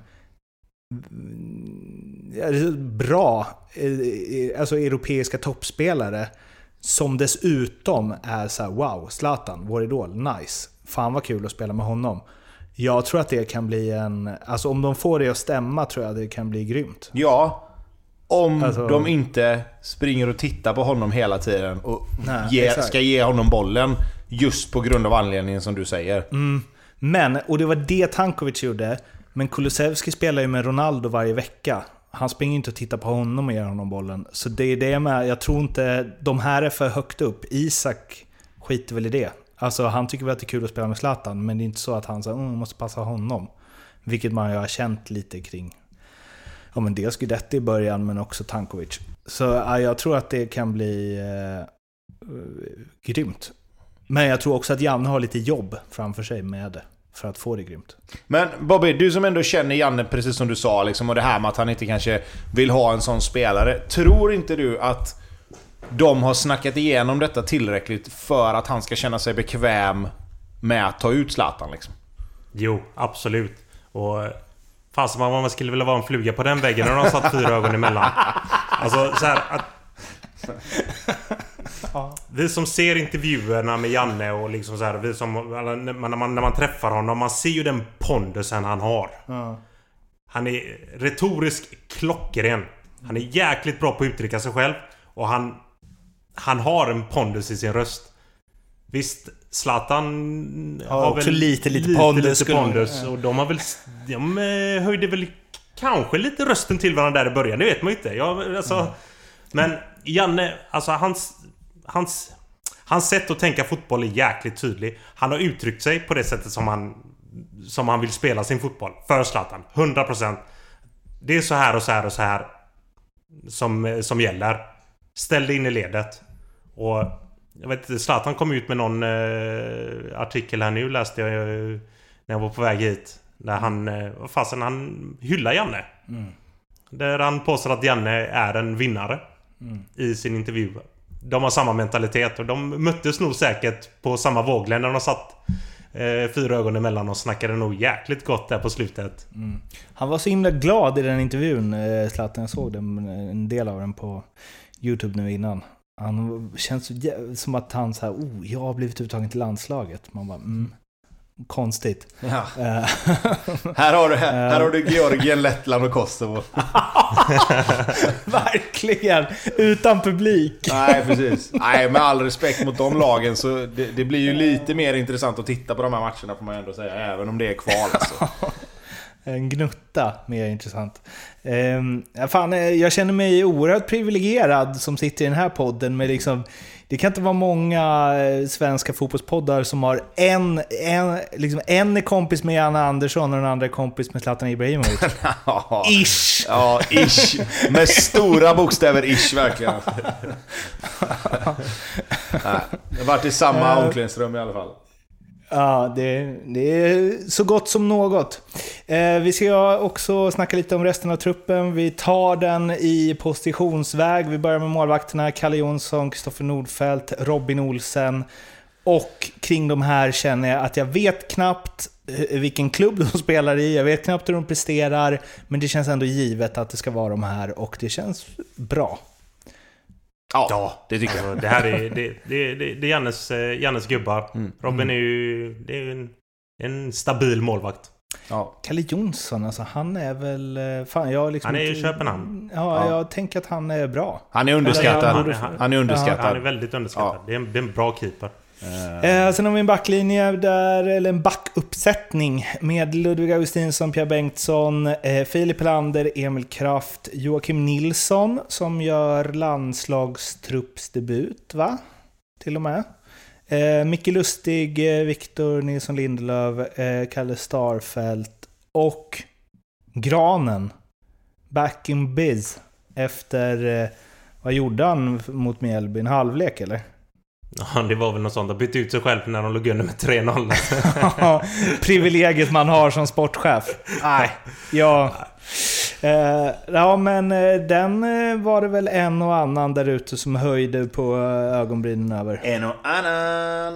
bra alltså europeiska toppspelare som dessutom är så här: wow, Zlatan, vår idol, nice. Fan vad kul att spela med honom. Jag tror att det kan bli alltså om de får det att stämma tror jag det kan bli grymt. Ja, om de inte springer och tittar på honom hela tiden och ska ge honom bollen just på grund av anledningen som du säger. Men, och det var det Tankovic gjorde, men Kulusevski spelar ju med Ronaldo varje vecka. Han springer inte och tittar på honom och ger honom bollen. Så det är det med, jag tror inte de här är för högt upp. Isak skiter väl i det. Alltså han tycker väl att det är kul att spela med Zlatan, men det är inte så att han säger måste passa honom. Vilket man ju har känt lite kring. Ja, men dels Guidetti i början, men också Tankovic. Så jag tror att det kan bli grymt. Men jag tror också att Janne har lite jobb framför sig med det för att få det grymt. Men Bobby, du som ändå känner Janne precis som du sa liksom, och det här med att han inte kanske vill ha en sån spelare. Tror inte du att de har snackat igenom detta tillräckligt för att han ska känna sig bekväm med att ta ut Zlatan liksom? Jo, absolut. Och fan som man skulle vilja vara en fluga på den väggen när de satt 4 ögon emellan. Alltså så här att vi som ser intervjuerna med Janne och liksom så här, vi som när man träffar honom, man ser ju den pondusen han har. Han är retoriskt klockren. Han är jäkligt bra på att uttrycka sig själv och han har en pondus i sin röst. Visst, Zlatan har väl lite pondus och de höjde väl kanske lite rösten till varandra där i början, det vet man inte. Men Janne, alltså hans sätt att tänka fotboll är jäkligt tydlig. Han har uttryckt sig på det sättet som han vill spela sin fotboll för Zlatan, 100%. Det är så här och så här och så här som gäller. Ställ dig in i ledet. Och jag vet inte, Zlatan kom ut med någon artikel här nu, läste jag när jag var på väg hit. Där han hyllar Janne. Där han påstår att Janne är en vinnare i sin intervju. De har samma mentalitet och de möttes nog säkert på samma våglängd när de satt 4 ögon emellan och snackade nog jäkligt gott där på slutet. Han var så himla glad i den intervjun, Zlatan. Jag såg en del av den på YouTube nu innan. Han känns som att han så här, jag har blivit uttagen till landslaget. Man bara, konstigt. Ja. här har du Georgien, Lettland och Kosovo. Verkligen, utan publik. Nej, precis. Nej, med all respekt mot de lagen så det blir ju lite mer intressant att titta på de här matcherna, får man ändå säga, även om det är kval alltså. En gnutta mer intressant. Jag känner mig oerhört privilegierad som sitter i den här podden med liksom, det kan inte vara många svenska fotbollspoddar som har en är kompis med Janne Andersson och den andra är kompis med Zlatan Ibrahimovic. Ish! Ja, ish. Med stora bokstäver ish, verkligen. Nej, det har varit i samma omklädningsrum i alla fall. Ja, det är så gott som något. Vi ska också snacka lite om resten av truppen. Vi tar den i positionsväg. Vi börjar med målvakterna: Kalle Jonsson, Kristoffer Nordfeldt, Robin Olsen. Och kring de här känner jag att jag vet knappt vilken klubb de spelar i. Jag vet knappt hur de presterar. Men det känns ändå givet att det ska vara de här. Och det känns bra. Ja, det tycker jag. Det här är Jannes gubbar. Robin är ju en stabil målvakt. Ja. Kalle Jonsson, alltså han är väl... Fan, jag liksom han är i Köpenhamn. Ja, jag tänker att han är bra. Han är underskattad. Han är underskattad. Han är väldigt underskattad. Ja. Det är en bra keeper. Sen har vi en backlinje där, eller en backuppsättning med Ludvig Augustinsson, Pierre Bengtsson, Filip Lander, Emil Kraft, Joakim Nilsson som gör landslagstruppsdebut, va? Till och med. Micke Lustig, Victor Nilsson Lindelöf, Kalle Starfelt och Granen back in biz efter vad gjorde han mot Mjällby? En halvlek eller? Ja, det var väl något sånt. De bytte ut sig själv när de låg under med 3-0. Privilegiet man har som sportchef. Nej, ja. Ja, men den var det väl en och annan där ute som höjde på ögonbrynen över. En och annan.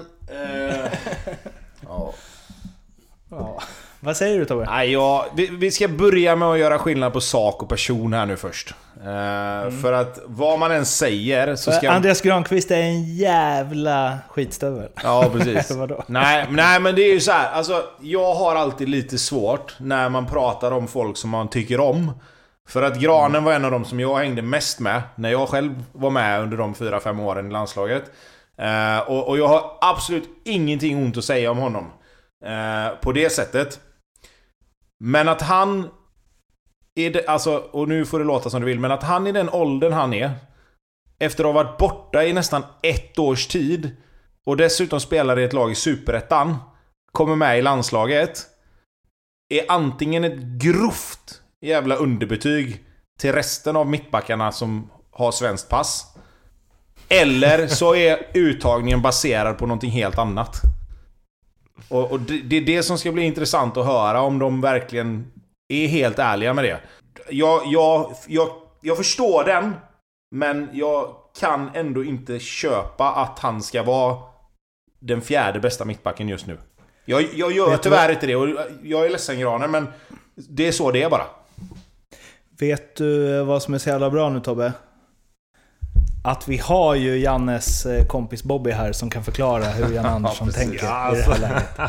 Ja. Vad säger du, Tobbe? Nej, vi ska börja med att göra skillnad på sak och person här nu först. För att vad man än säger så ska... Andreas Granqvist är en jävla skitstövel. Ja, precis. nej, men det är ju så här. Alltså, jag har alltid lite svårt när man pratar om folk som man tycker om. För att Granen var en av dem som jag hängde mest med när jag själv var med under de 4-5 åren i landslaget. Och jag har absolut ingenting ont att säga om honom. På det sättet. Men att han är det, alltså, och nu får det låta som du vill, men att han i den åldern han är, efter att ha varit borta i nästan 1 års tid och dessutom spelar i ett lag i Superettan, kommer med i landslaget, är antingen ett grovt jävla underbetyg till resten av mittbackarna som har svenskt pass, eller så är uttagningen baserad på någonting helt annat. Och det är det som ska bli intressant att höra, om de verkligen är helt ärliga med det. Jag förstår den, men jag kan ändå inte köpa att han ska vara den 4:e bästa mittbacken just nu. Jag gör tyvärr inte det, och jag är ledsen, Granen, men det är så det är bara. Vet du vad som är så jävla bra nu, Tobbe? Att vi har ju Jannes kompis Bobby här som kan förklara hur Jan Andersson tänker i det här läget.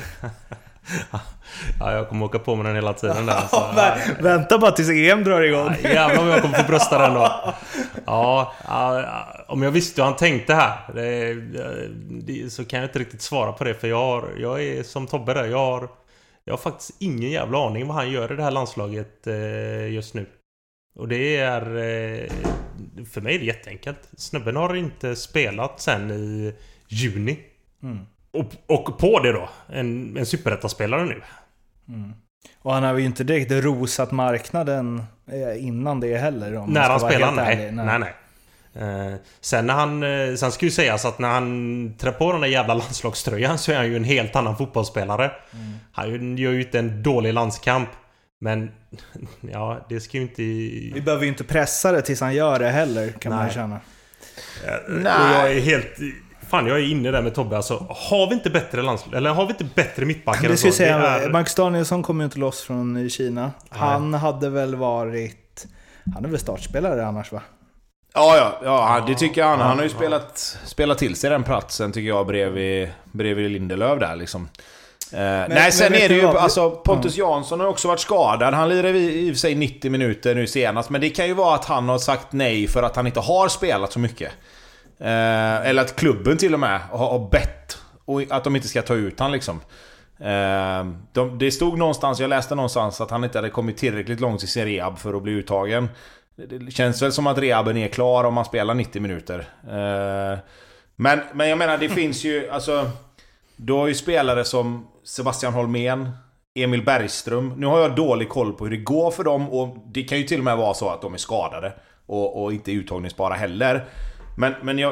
Ja, jag kommer åka på med den hela tiden där. Vänta bara tills EM drar igång. Jävlar om jag kommer få brösta den då. Ja, om jag visste hur han tänkte här så kan jag inte riktigt svara på det. För jag är som Tobbe där. Jag har faktiskt ingen jävla aning vad han gör i det här landslaget just nu. Och det är... För mig är det jätteenkelt. Snubben har inte spelat sen i juni. Och på det då, en superettaspelare nu. Och han har ju inte direkt rosat marknaden innan det heller. När han spelar, nej. Sen ska ju sägas att när han trär på den där jävla landslagströjan så är han ju en helt annan fotbollsspelare. Han gör ju inte en dålig landskamp. Men ja, det ska ju inte... Vi behöver ju inte pressa det tills han gör det heller, kan man ju känna. Nej. Och jag är helt... Fan, jag är inne där med Tobbe. Alltså, har vi inte bättre mittbackar? Det ska säga, Max Danielsson kommer ju inte loss från Kina. Nej. Han hade väl varit... Han är väl startspelare annars, va? Ja, det tycker jag. Han har ju spelat till sig den platsen, tycker jag, bredvid Lindelöf där liksom. Nej, sen är det ju alltså, Pontus Jansson har också varit skadad. Han lirar i och för sig 90 minuter nu senast, men det kan ju vara att han har sagt nej för att han inte har spelat så mycket. Eller att klubben till och med har bett och att de inte ska ta ut han liksom. Det stod någonstans, jag läste någonstans att han inte hade kommit tillräckligt långt i sin rehab för att bli uttagen. Det känns väl som att rehaben är klar om man spelar 90 minuter. Men jag menar, det finns ju alltså, du har ju spelare som Sebastian Holmén, Emil Bergström. Nu har jag dålig koll på hur det går för dem, och det kan ju till och med vara så att de är skadade och inte uttagningsbara heller. Men jag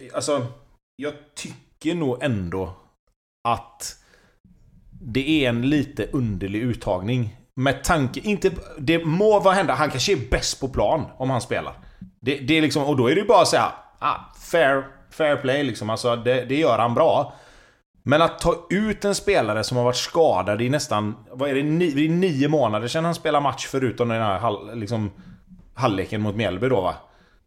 tycker nog ändå att det är en lite underlig uttagning. Med tanke, inte, det må vara hända, han kanske är bäst på plan om han spelar. Det är liksom, och då är det ju bara att säga fair play liksom, alltså det gör han bra. Men att ta ut en spelare som har varit skadad i nästan, vad är det, 9 månader sedan han spelade match, förutom den här liksom, halvleken mot Mjällby då, va?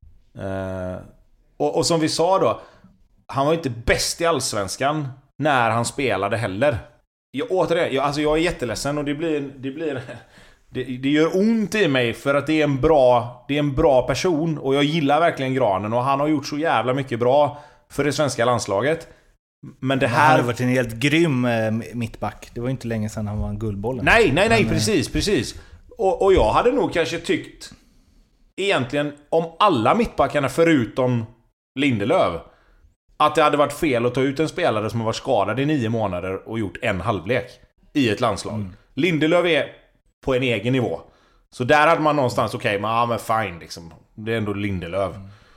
Och som vi sa då, han var inte bäst i Allsvenskan när han spelade heller. Jag är jätteledsen, och det gör ont i mig, för att det är en bra person, och jag gillar verkligen Granen, och han har gjort så jävla mycket bra för det svenska landslaget. Men det här har varit en helt grym mittback. Det var inte länge sedan han var en Guldbollen. Nej, precis. Och jag hade nog kanske tyckt egentligen om alla mittbackarna förutom Lindelöf att det hade varit fel att ta ut en spelare som har varit skadad i 9 månader och gjort en halvlek i ett landslag. Lindelöf är på en egen nivå. Så där hade man någonstans men fine liksom. Det är ändå Lindelöf.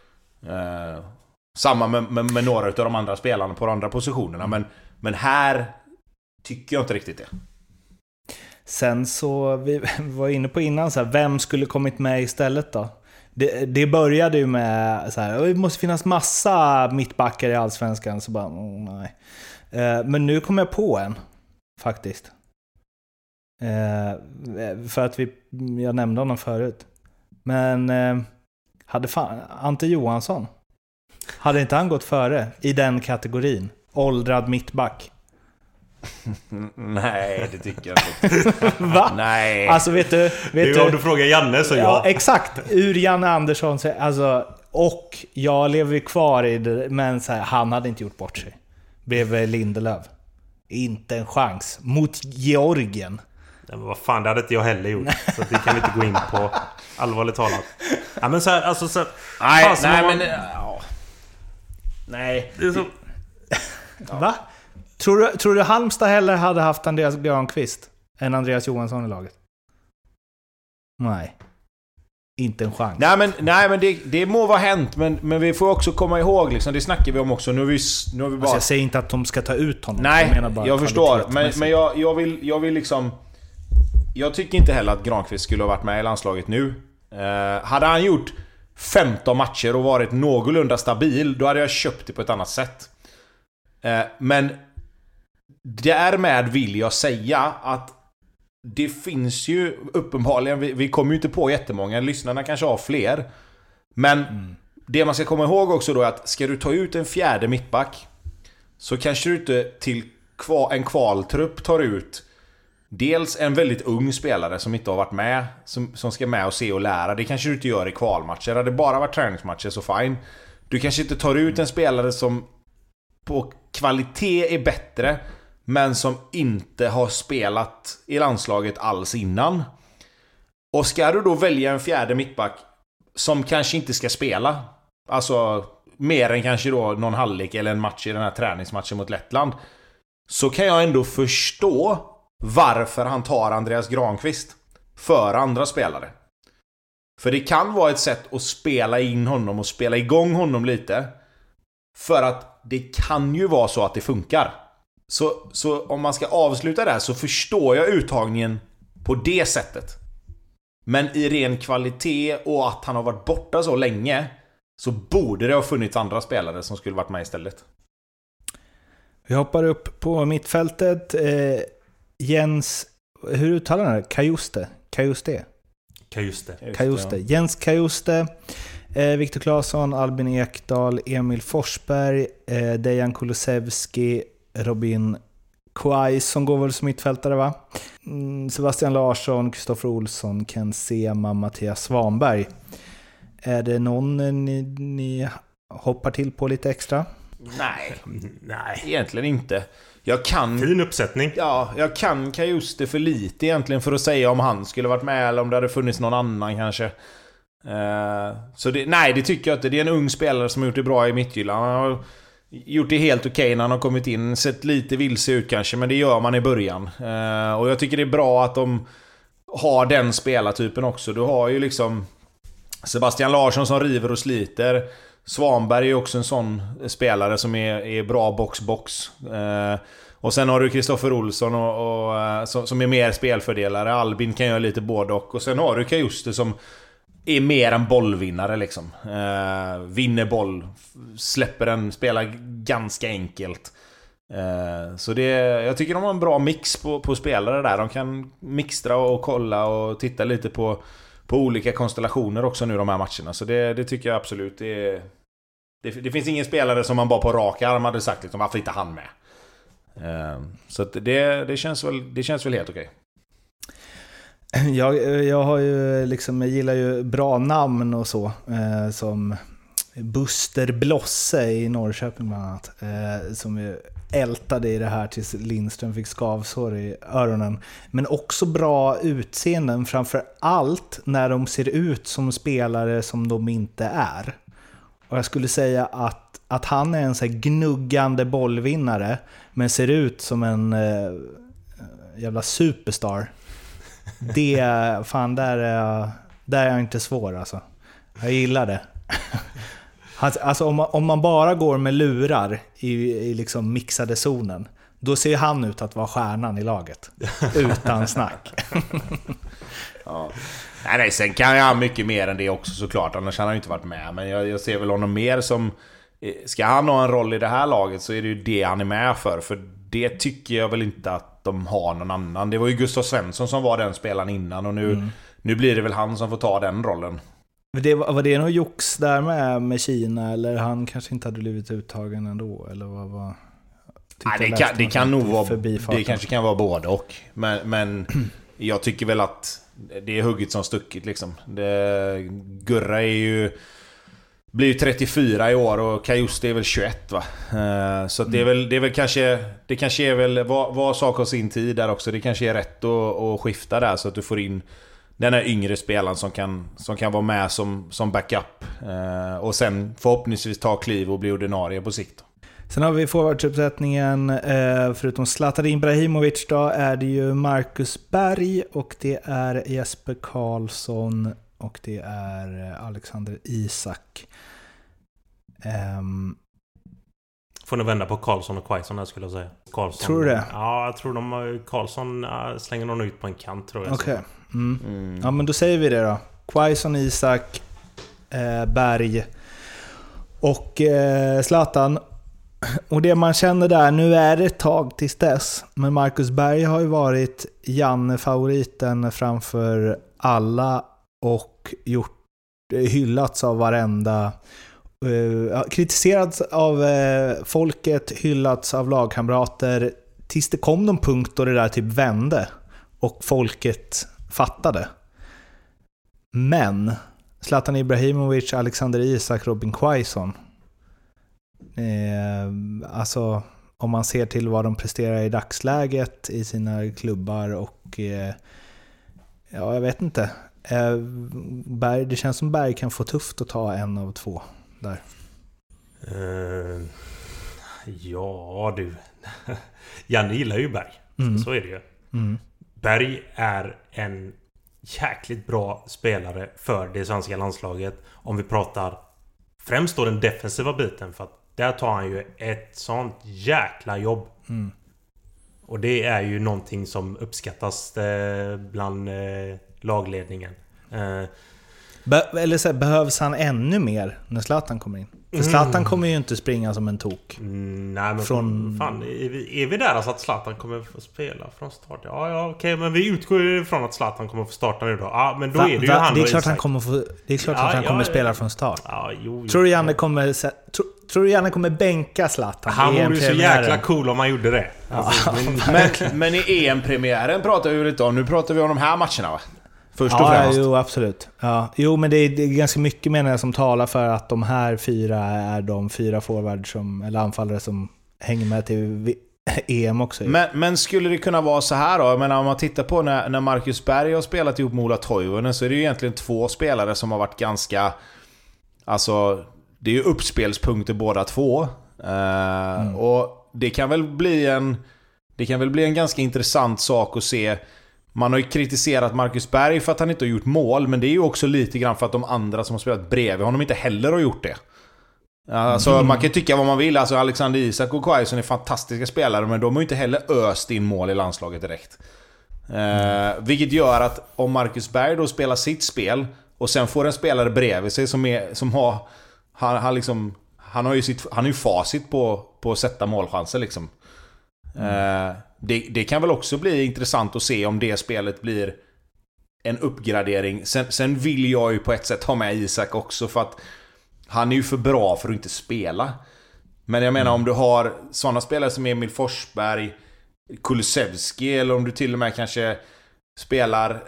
Samma med några av de andra spelarna på de andra positionerna. Men här tycker jag inte riktigt det. Sen så, vi var inne på innan så här, vem skulle kommit med istället då? Det började ju med så här, det måste finnas massa mittbackar i Allsvenskan, så bara nej. Men nu kom jag på en faktiskt. För att jag nämnde honom förut. Men Ante Johansson, hade inte han gått före i den kategorin? Åldrad mittback. Nej, det tycker jag inte. Va? Nej. Alltså vet du om du frågar Janne så ja. Exakt. Ur Janne Andersson alltså, och jag lever kvar i det, men så här, han hade inte gjort bort sig. Bredvid Lindelöf. Inte en chans mot Georgien. Ja, men vad fan, det hade inte jag heller gjort. Så det kan vi inte gå in på, allvarligt talat. Ja, men så här, alltså så nej. Det är så... Va? Tror du Halmstad heller hade haft Andreas Granqvist än Andreas Johansson i laget? Nej. Inte en chans. Nej men det må vara hänt, men vi får också komma ihåg liksom, det snackar vi om också. Nu har vi bara... Alltså jag säger inte att de ska ta ut honom. Nej, jag förstår. Men jag vill liksom... Jag tycker inte heller att Granqvist skulle ha varit med i landslaget nu. Hade han gjort 15 matcher och varit någorlunda stabil, då hade jag köpt det på ett annat sätt. Men därmed vill jag säga att det finns ju uppenbarligen, vi kommer ju inte på jättemånga, lyssnarna kanske har fler, men det man ska komma ihåg också då är att ska du ta ut en fjärde mittback, så kanske du inte till en kvaltrupp tar ut dels en väldigt ung spelare som inte har varit med, som ska med och se och lära. Det kanske du inte gör i kvalmatcher. Hade det bara varit träningsmatcher så fine. Du kanske inte tar ut en spelare som på kvalitet är bättre, men som inte har spelat i landslaget alls innan. Och ska du då välja en fjärde mittback som kanske inte ska spela, alltså mer än kanske då någon halvlek eller en match i den här träningsmatchen mot Lettland, så kan jag ändå förstå varför han tar Andreas Granqvist för andra spelare. För det kan vara ett sätt att spela in honom och spela igång honom lite. För att det kan ju vara så att det funkar. Så om man ska avsluta det här så förstår jag uttagningen på det sättet. Men i ren kvalitet och att han har varit borta så länge så borde det ha funnits andra spelare som skulle varit med istället. Vi hoppar upp på mittfältet. Jens, hur uttalar han det? Kajuste. Jens Kajuste, Viktor Claesson, Albin Ekdal, Emil Forsberg, Dejan Kulusevski, Robin Quaison går väl som mittfältare, va? Sebastian Larsson, Kristoffer Olsson, Ken Sema, Mattias Svanberg. Är det någon ni hoppar till på lite extra? Nej, egentligen inte. Fin uppsättning. Ja, jag kan Kajuste för lite egentligen för att säga om han skulle varit med eller om det hade funnits någon annan kanske. Så det tycker jag inte. Det är en ung spelare som har gjort det bra i Midtjylland. Han har gjort det helt okej när han har kommit in. Sett lite vilse ut kanske, men det gör man i början. Och jag tycker det är bra att de har den spelartypen också. Du har ju liksom Sebastian Larsson som river och sliter. Svanberg är också en sån spelare som är bra box-box. Och sen har du Kristoffer Olsson som är mer spelfördelare. Albin kan göra lite både och sen har du Kajuste som är mer en bollvinnare liksom. Vinner boll, släpper den, spelar ganska enkelt. Så jag tycker de har en bra mix på spelare där. De kan mixtra och kolla och titta lite på olika konstellationer också nu de här matcherna. Så det tycker jag absolut. Det finns ingen spelare som man bara på rak arm hade sagt liksom, varför inte han med? Så att det känns väl helt okej. Jag har ju liksom, jag gillar ju bra namn och så, som Buster Blosse i Norrköping bland annat, som ju ältade i det här tills Lindström fick skavsår i öronen. Men också bra utseenden, framför allt när de ser ut som spelare som de inte är. Och jag skulle säga att han är en så här gnuggande bollvinnare, men ser ut som en jävla superstar. Där är jag inte svår alltså. Jag gillar det. Alltså om man bara går med lurar i liksom mixade zonen, då ser han ut att vara stjärnan i laget. Utan snack. Ja. Nej, sen kan jag mycket mer än det också såklart. Annars har han inte varit med. Men jag ser väl honom mer som... Ska han ha en roll i det här laget så är det ju det han är med för. För det tycker jag väl inte att de har någon annan. Det var ju Gustav Svensson som var den spelaren innan. Och nu blir det väl han som får ta den rollen. Var det någon jox där med Kina? Eller han kanske inte hade blivit uttagen ändå? Eller vad var... Nej, det kan nog vara... Det kanske kan vara både och. Men jag tycker väl att det är hugget som stuckit liksom. Gurra blir ju 34 i år och Kajuste är väl 21, va. Så att det är väl kanske... Det kanske är väl... Var sak av sin tid där också. Det kanske är rätt att skifta där så att du får in den här yngre spelaren som kan vara med som backup. Och sen förhoppningsvis ta kliv och bli ordinarie på sikt. Sen har vi forwardsuppsättningen, förutom Zlatan Ibrahimovic då, är det ju Marcus Berg och det är Jesper Karlsson och det är Alexander Isak. Får ni vända på Karlsson och Quaison här skulle jag säga. Karlsson, tror du det? Ja, jag tror Karlsson slänger någon ut på en kant tror jag. Okej. Ja, men då säger vi det då. Quaison, Isak, Berg och Zlatan. Och det man känner där, nu är det ett tag tills dess, men Marcus Berg har ju varit Janne-favoriten framför alla och hyllats av varenda, kritiserats av folket, hyllats av lagkamrater, tills det kom någon punkt då det där typ vände och folket fattade. Men Zlatan Ibrahimovic, Alexander Isak, Robin Quaison, alltså om man ser till vad de presterar i dagsläget i sina klubbar och ja, jag vet inte, Berg, det känns som Berg kan få tufft att ta en av två där. Ja du, Janne gillar ju Berg, så är det ju. Berg är en jäkligt bra spelare för det svenska landslaget. Om vi pratar främst då den defensiva biten. För att där tar han ju ett sånt jäkla jobb. Och det är ju någonting som uppskattas bland lagledningen. Eller så här, behövs han ännu mer när Zlatan kommer in? För Zlatan kommer ju inte springa som en tok. Nej, men fan, är vi där alltså att Zlatan kommer få spela från start? Ja, okej, men vi utgår ju från att Zlatan kommer få starta nu då. Ja, men då är det ju han. Det är klart han kommer få, det är klart att han kommer spela från start. Ja, tror du Janne kommer bänka Zlatan? Han vore ju så jäkla cool om han gjorde det. Alltså, men i EM-premiären pratar vi ju lite om. Nu pratar vi om de här matcherna, va? Först och främst. Jo, absolut. Ja. Jo, men det är ganska mycket menar jag som talar för att de här 4 är de 4 forwards eller anfallare som hänger med till EM också. Men skulle det kunna vara så här då? Jag menar, om man tittar på när Marcus Berg har spelat ihop med Ola Toivonen, så är det ju egentligen 2 spelare som har varit ganska... Alltså, det är ju uppspelspunkter båda 2. Och det kan väl bli en ganska intressant sak att se. Man har ju kritiserat Marcus Berg för att han inte har gjort mål, men det är ju också lite grann för att de andra som har spelat bredvid honom inte heller har gjort det. Alltså, man kan tycka vad man vill. Alltså, Alexander Isak och Quaison är fantastiska spelare, men de har ju inte heller öst in mål i landslaget direkt. Vilket gör att om Marcus Berg då spelar sitt spel och sen får en spelare bredvid sig som har han har ju facit på att sätta målchanser liksom. Det kan väl också bli intressant att se om det spelet blir en uppgradering. Sen vill jag ju på ett sätt ha med Isak också, för att han är ju för bra för att inte spela. Men jag menar, om du har sådana spelare som Emil Forsberg, Kulusevski, eller om du till och med kanske spelar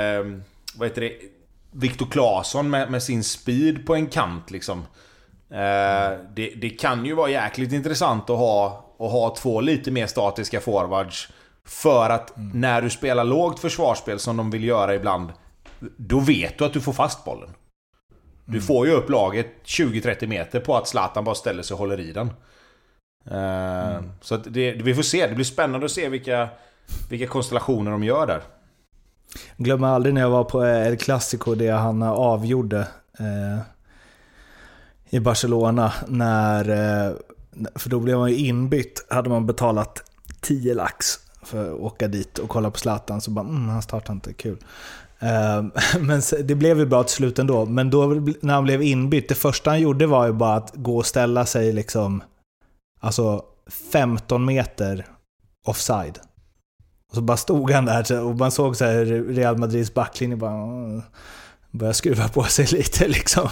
Viktor Claesson med sin speed på en kant liksom. Det kan ju vara jäkligt intressant att ha 2 lite mer statiska forwards, för att när du spelar lågt försvarsspel som de vill göra ibland, då vet du att du får fast bollen. Du får ju upp laget 20-30 meter på att Zlatan bara ställer sig och håller i den. Så att vi får se. Det blir spännande att se vilka konstellationer de gör där. Glömmer aldrig när jag var på El Clasico, det han avgjorde i Barcelona, för då blev man ju inbytt. Hade man betalat 10 lax för att åka dit och kolla på Zlatan, så bara han startar inte, kul. Men det blev ju bra till slut ändå. Men då när han blev inbytt, det första han gjorde var ju bara att gå och ställa sig liksom, alltså 15 meter offside. Och så bara stod han där och man såg så här Real Madrids backlinje bara börja skruva på sig lite liksom.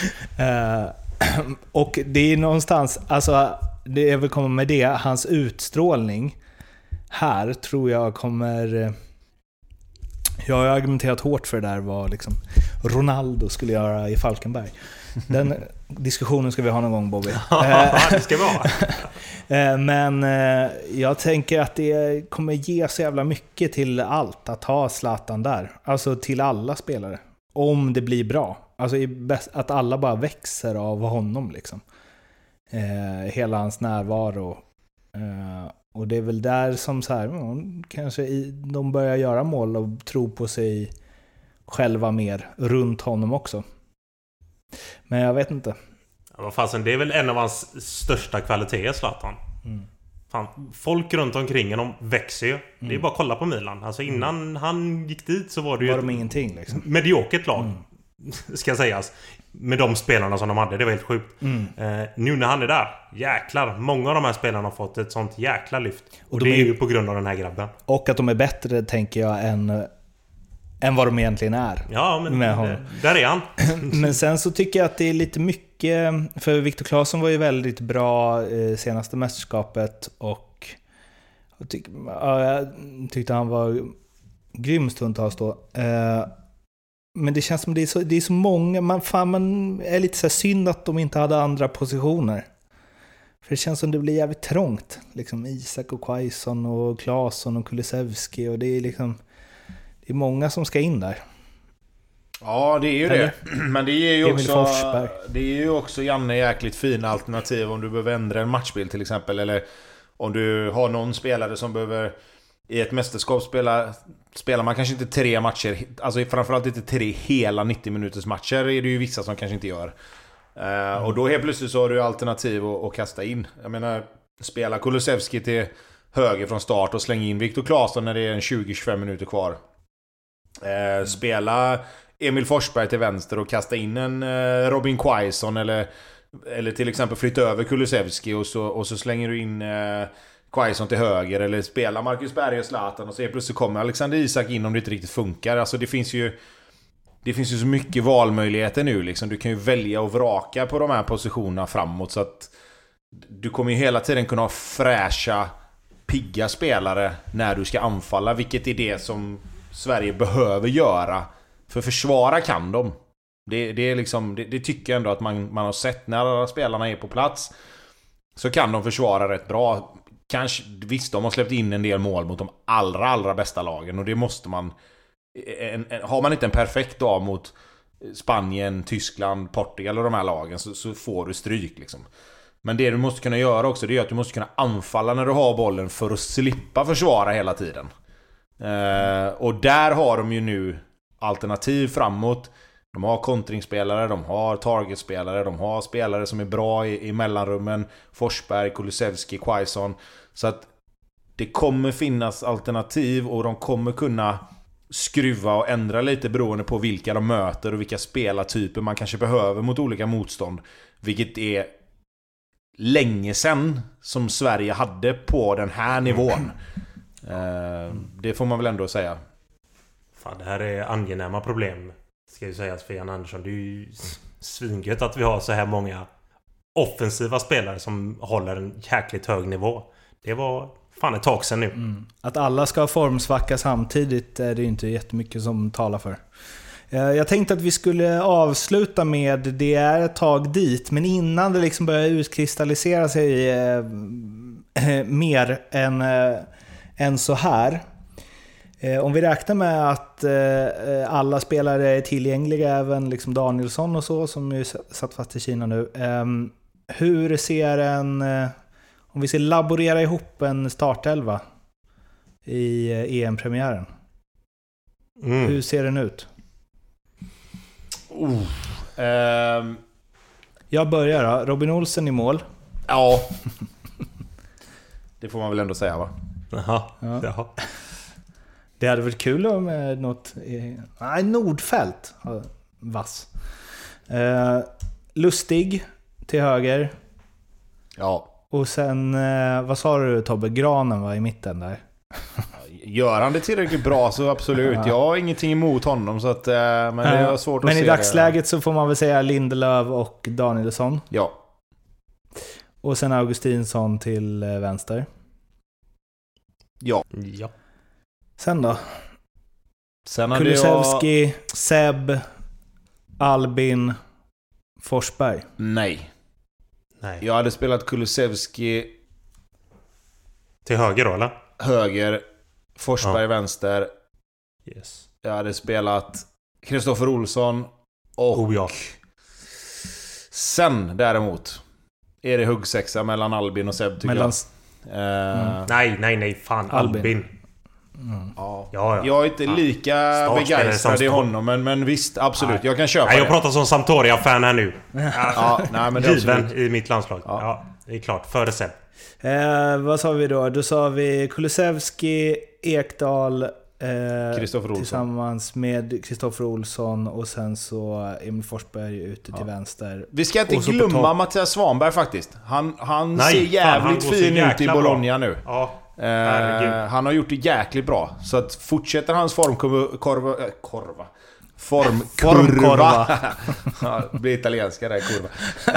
Och det är någonstans, alltså det är väl komma med det, hans utstrålning här tror jag kommer... Jag har argumenterat hårt för det där, vad liksom Ronaldo skulle göra i Falkenberg. Den diskussionen ska vi ha någon gång, Bobby. Ja, det ska vi ha. Men jag tänker att det kommer ge så jävla mycket till allt att ha Zlatan där. Alltså till alla spelare. Om det blir bra. Alltså att alla bara växer av honom liksom. Hela hans närvaro. Och det är väl där som så här, kanske de börjar göra mål och tro på sig själva mer runt honom också. Men jag vet inte. Ja, vad fasen, det är väl en av hans största kvaliteter, Zlatan. Fan, folk runt omkring honom växer ju. Det är bara att kolla på Milan. Alltså innan han gick dit så var det ju de ingenting liksom. Mediokert lag. Ska sägas. Med de spelarna som de hade, det var helt sjukt. Nu när han är där, jäklar, många av de här spelarna har fått ett sånt jäkla lyft. Och det är ju på grund av den här grabben. Och att de är bättre, tänker jag, än vad de egentligen är. Ja, men där är han. Men sen så tycker jag att det är lite mycket, för Viktor Claesson var ju väldigt bra senaste mästerskapet, och jag tyckte han var grym stundtals då. Men det känns som det är så många, man är lite så här synd att de inte hade andra positioner. För det känns som det blir jävligt trångt liksom, Isak och Quaison och Claesson och Kulusevski, och det är liksom, det är många som ska in där. Ja, det är ju det. Men det är ju också Janne jäkligt fina alternativ om du behöver ändra en matchbild till exempel, eller om du har någon spelare som behöver i ett mästerskap spelar man kanske inte 3 matcher, alltså framförallt inte 3 hela 90 minuters matcher är det ju vissa som kanske inte gör. Och då helt plötsligt så har du alternativ att kasta in. Jag menar, spela Kulusevski till höger från start och slänga in Viktor Claesson när det är en 20-25 minuter kvar. Spela Emil Forsberg till vänster och kasta in en Robin Quaison eller till exempel flytta över Kulusevski och så slänger du in Quaison till höger, eller spela Marcus Berg och Zlatan och så plötsligt kommer Alexander Isak in om det inte riktigt funkar. Alltså det finns ju så mycket valmöjligheter nu liksom. Du kan ju välja och vraka på de här positionerna framåt, så att du kommer ju hela tiden kunna ha fräscha, pigga spelare när du ska anfalla, vilket är det som Sverige behöver göra. För försvara kan de. Det är liksom, det tycker jag ändå att man har sett när alla spelarna är på plats, så kan de försvara rätt bra. Kanske, visst, de har släppt in en del mål mot de allra bästa lagen, och det måste man. Har man inte en perfekt dag mot Spanien, Tyskland, Portugal och de här lagen, så får du stryk liksom. Men det du måste kunna göra också, det är att du måste kunna anfalla när du har bollen för att slippa försvara hela tiden. Och där har de ju nu alternativ framåt. De har kontringsspelare, de har targetspelare, de har spelare som är bra i mellanrummen. Forsberg, Kulusevski, Quaison. Så att det kommer finnas alternativ, och de kommer kunna skruva och ändra lite beroende på vilka de möter och vilka spelartyper man kanske behöver mot olika motstånd. Vilket är länge sedan som Sverige hade på den här nivån. Det får man väl ändå säga. Fan, det här är angenäma problem, ska ju sägas för Jan Andersson. Det är ju svingött att vi har så här många offensiva spelare som håller en jäkligt hög nivå. Det var fan ett tag sedan nu. Att alla ska ha formsvacka samtidigt är det ju inte jättemycket som talar för. Jag tänkte att vi skulle avsluta med det är ett tag dit, men innan det liksom börjar utkristallisera sig mer än så här. Om vi räknar med att alla spelare är tillgängliga, även liksom Danielsson och så, som ju satt fast i Kina nu. Hur ser om vi ska laborera ihop en startelva i EM-premiären? Hur ser den ut? Jag börjar då. Robin Olsen i mål. Ja. Det får man väl ändå säga, va? Jaha. Det hade varit kul om något... Nej, Nordfält. Vass. Lustig till höger. Ja. Och sen, vad sa du Tobbe? Granen var i mitten där. Gör han det tillräckligt bra så absolut. Jag har ingenting emot honom, så att, men det är svårt att se. Men i dagsläget så får man väl säga Lindelöf och Danielsson. Ja. Och sen Augustinsson till vänster. Ja. Sen då? Sen hade Kulusevski, Seb, Albin, Forsberg. Nej. Jag hade spelat Kulusevski till höger då, eller? Höger, Forsberg vänster. Yes. Jag hade spelat Kristoffer Olsson och sen däremot är det huggsexa mellan Albin och Seb, tycker jag. Nej, fan Albin. Ja. Jag är inte lika begeistrad i honom, men visst, absolut. Jag kan köpa det. Jag pratar som Sampdoria-fan här nu. Men det är given i mitt landslag. Ja, det är klart. Före sen. Vad sa vi då? Då sa vi Kulusevski, Ekdal tillsammans med Kristoffer Olsson, och sen så Emil Forsberg ute till vänster. Vi ska inte glömma Mattias Svanberg faktiskt. Han ser jävligt fin ut i Bologna nu. Ja. Han har gjort det jäkligt bra. Så att fortsätter hans formkurva blir italienska där, kurva.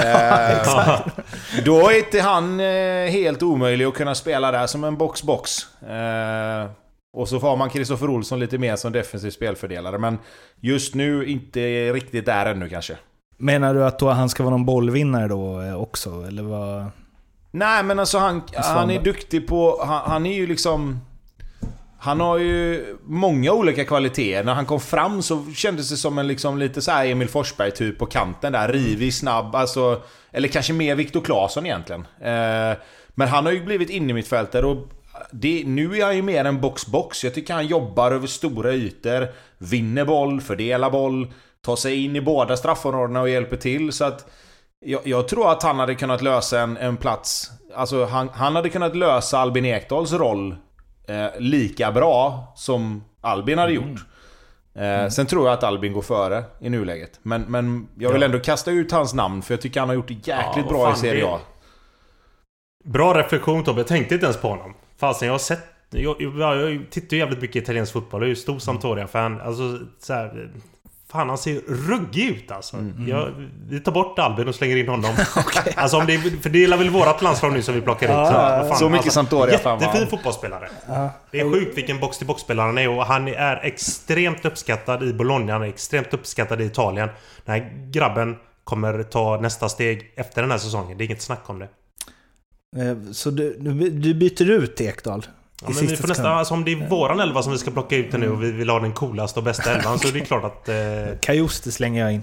Då är inte han helt omöjlig att kunna spela där som en box. Och så får man Kristoffer Olsson lite mer som defensiv spelfördelare, men just nu inte riktigt där ännu kanske. Menar du att då han ska vara någon bollvinnare då också, eller vad? Nej, men alltså han är duktig på... Han är ju liksom... Han har ju många olika kvaliteter. När han kom fram så kändes det som en liksom lite så här Emil Forsberg typ på kanten där, rivig, snabb, alltså, eller kanske mer Viktor Claesson egentligen. Men han har ju blivit inne i mittfältare, och nu är han ju mer en box-box. Jag tycker han jobbar över stora ytor, vinner boll, fördelar boll, tar sig in i båda straffområdena och hjälper till. Så att jag tror att han hade kunnat lösa en plats. Alltså han hade kunnat lösa Albin Ekdals roll lika bra som Albin hade gjort. Sen tror jag att Albin går före i nuläget. Men jag vill ändå kasta ut hans namn, för jag tycker han har gjort det jäkligt bra i Serie A. Bra reflektion, Tobbe. Jag tänkte inte ens på honom. Fastän jag har sett... Jag tittar ju jävligt mycket italiensk fotboll. Jag är ju stor Sampdoria-fan. Alltså så här, fan, han ser ruggig ut alltså. Vi tar bort Albin och slänger in honom. Okay. Alltså om det, för det är väl vårat landslag nu som vi plockar ut. Så mycket Sampdoria-fan. Jättefin fotbollsspelare. Det är sjukt vilken box-till-box-spelare han är. Och han är extremt uppskattad i Bologna. Han är extremt uppskattad i Italien. Den här grabben kommer ta nästa steg efter den här säsongen. Det är inget snack om det. Så du byter ut Ekdal? Ja, men vi får nästan, alltså om det är våran 11 som vi ska plocka ut nu och vi vill ha den coolaste och bästa 11, så det är klart att... Kajuste slänger jag in.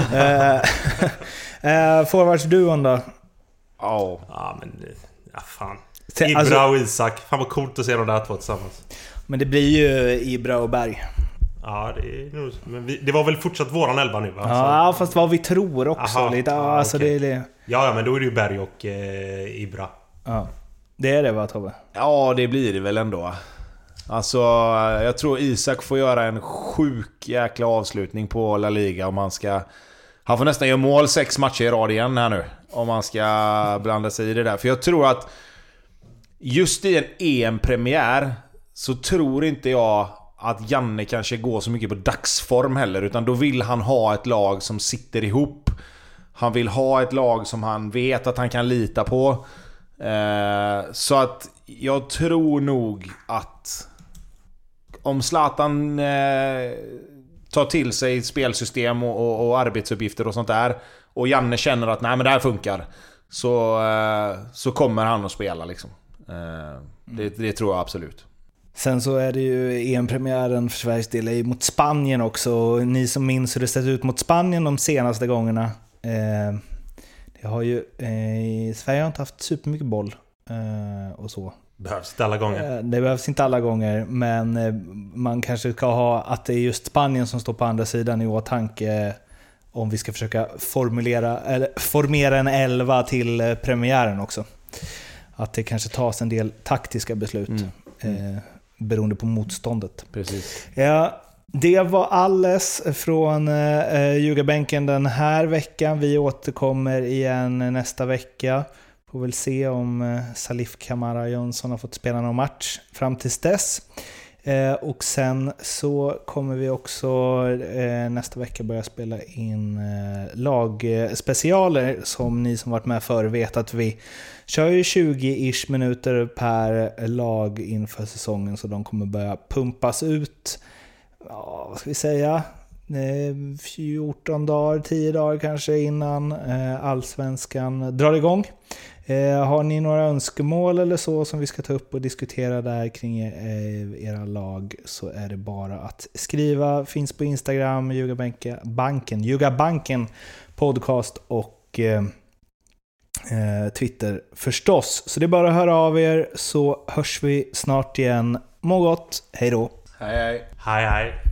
Forwardsduon då? Ja, men... Ja, fan. Ibra och Isak. Fan vad coolt att se de där två tillsammans. Men det blir ju Ibra och Berg. Ja, men det var väl fortsatt våran 11 nu, va? Ja, fast vad vi tror också. Aha, lite. Alltså okay. det är... Ja, men då är det ju Berg och Ibra. Ja. Det är det, va, Tobbe? Ja, det blir det väl ändå. Alltså, jag tror Isak får göra en sjuk jäkla avslutning på La Liga om han ska... Han får nästan göra mål 6 matcher i rad igen här nu, om man ska blanda sig i det där. För jag tror att just i en EM-premiär så tror inte jag att Janne kanske går så mycket på dagsform heller, utan då vill han ha ett lag som sitter ihop. Han vill ha ett lag som han vet att han kan lita på. Så att jag tror nog att om Zlatan tar till sig spelsystem och arbetsuppgifter och sånt där, och Janne känner att nej, men det här funkar, så kommer han att spela liksom. Det tror jag absolut. Sen så är det ju EM-premiären för Sveriges del mot Spanien också. Och ni som minns hur det sett ut mot Spanien de senaste gångerna, det har ju Sverige har inte haft supermycket boll och så. Behövs inte alla gånger. Det behövs inte alla gånger, men man kanske ska ha att det är just Spanien som står på andra sidan i åtanke om vi ska försöka formera en 11 till premiären också. Att det kanske tas en del taktiska beslut beroende på motståndet. Precis. Ja, det var alles från Ljugarbänken den här veckan. Vi återkommer igen nästa vecka. Får väl se om Salif Kamara Jönsson har fått spela någon match fram tills dess. Och sen så kommer vi också nästa vecka börja spela in lagspecialer. Som ni som varit med förr vet att vi kör ju 20-ish minuter per lag inför säsongen. Så de kommer börja pumpas ut, ja, vad ska vi säga, 14 dagar, 10 dagar kanske innan Allsvenskan drar igång. Har ni några önskemål eller så som vi ska ta upp och diskutera där kring era lag, så är det bara att skriva. Finns på Instagram, Ljugarbanken podcast, och Twitter förstås. Så det är bara att höra av er, så hörs vi snart igen. Må gott, hej då. Hej hej. Hej hej.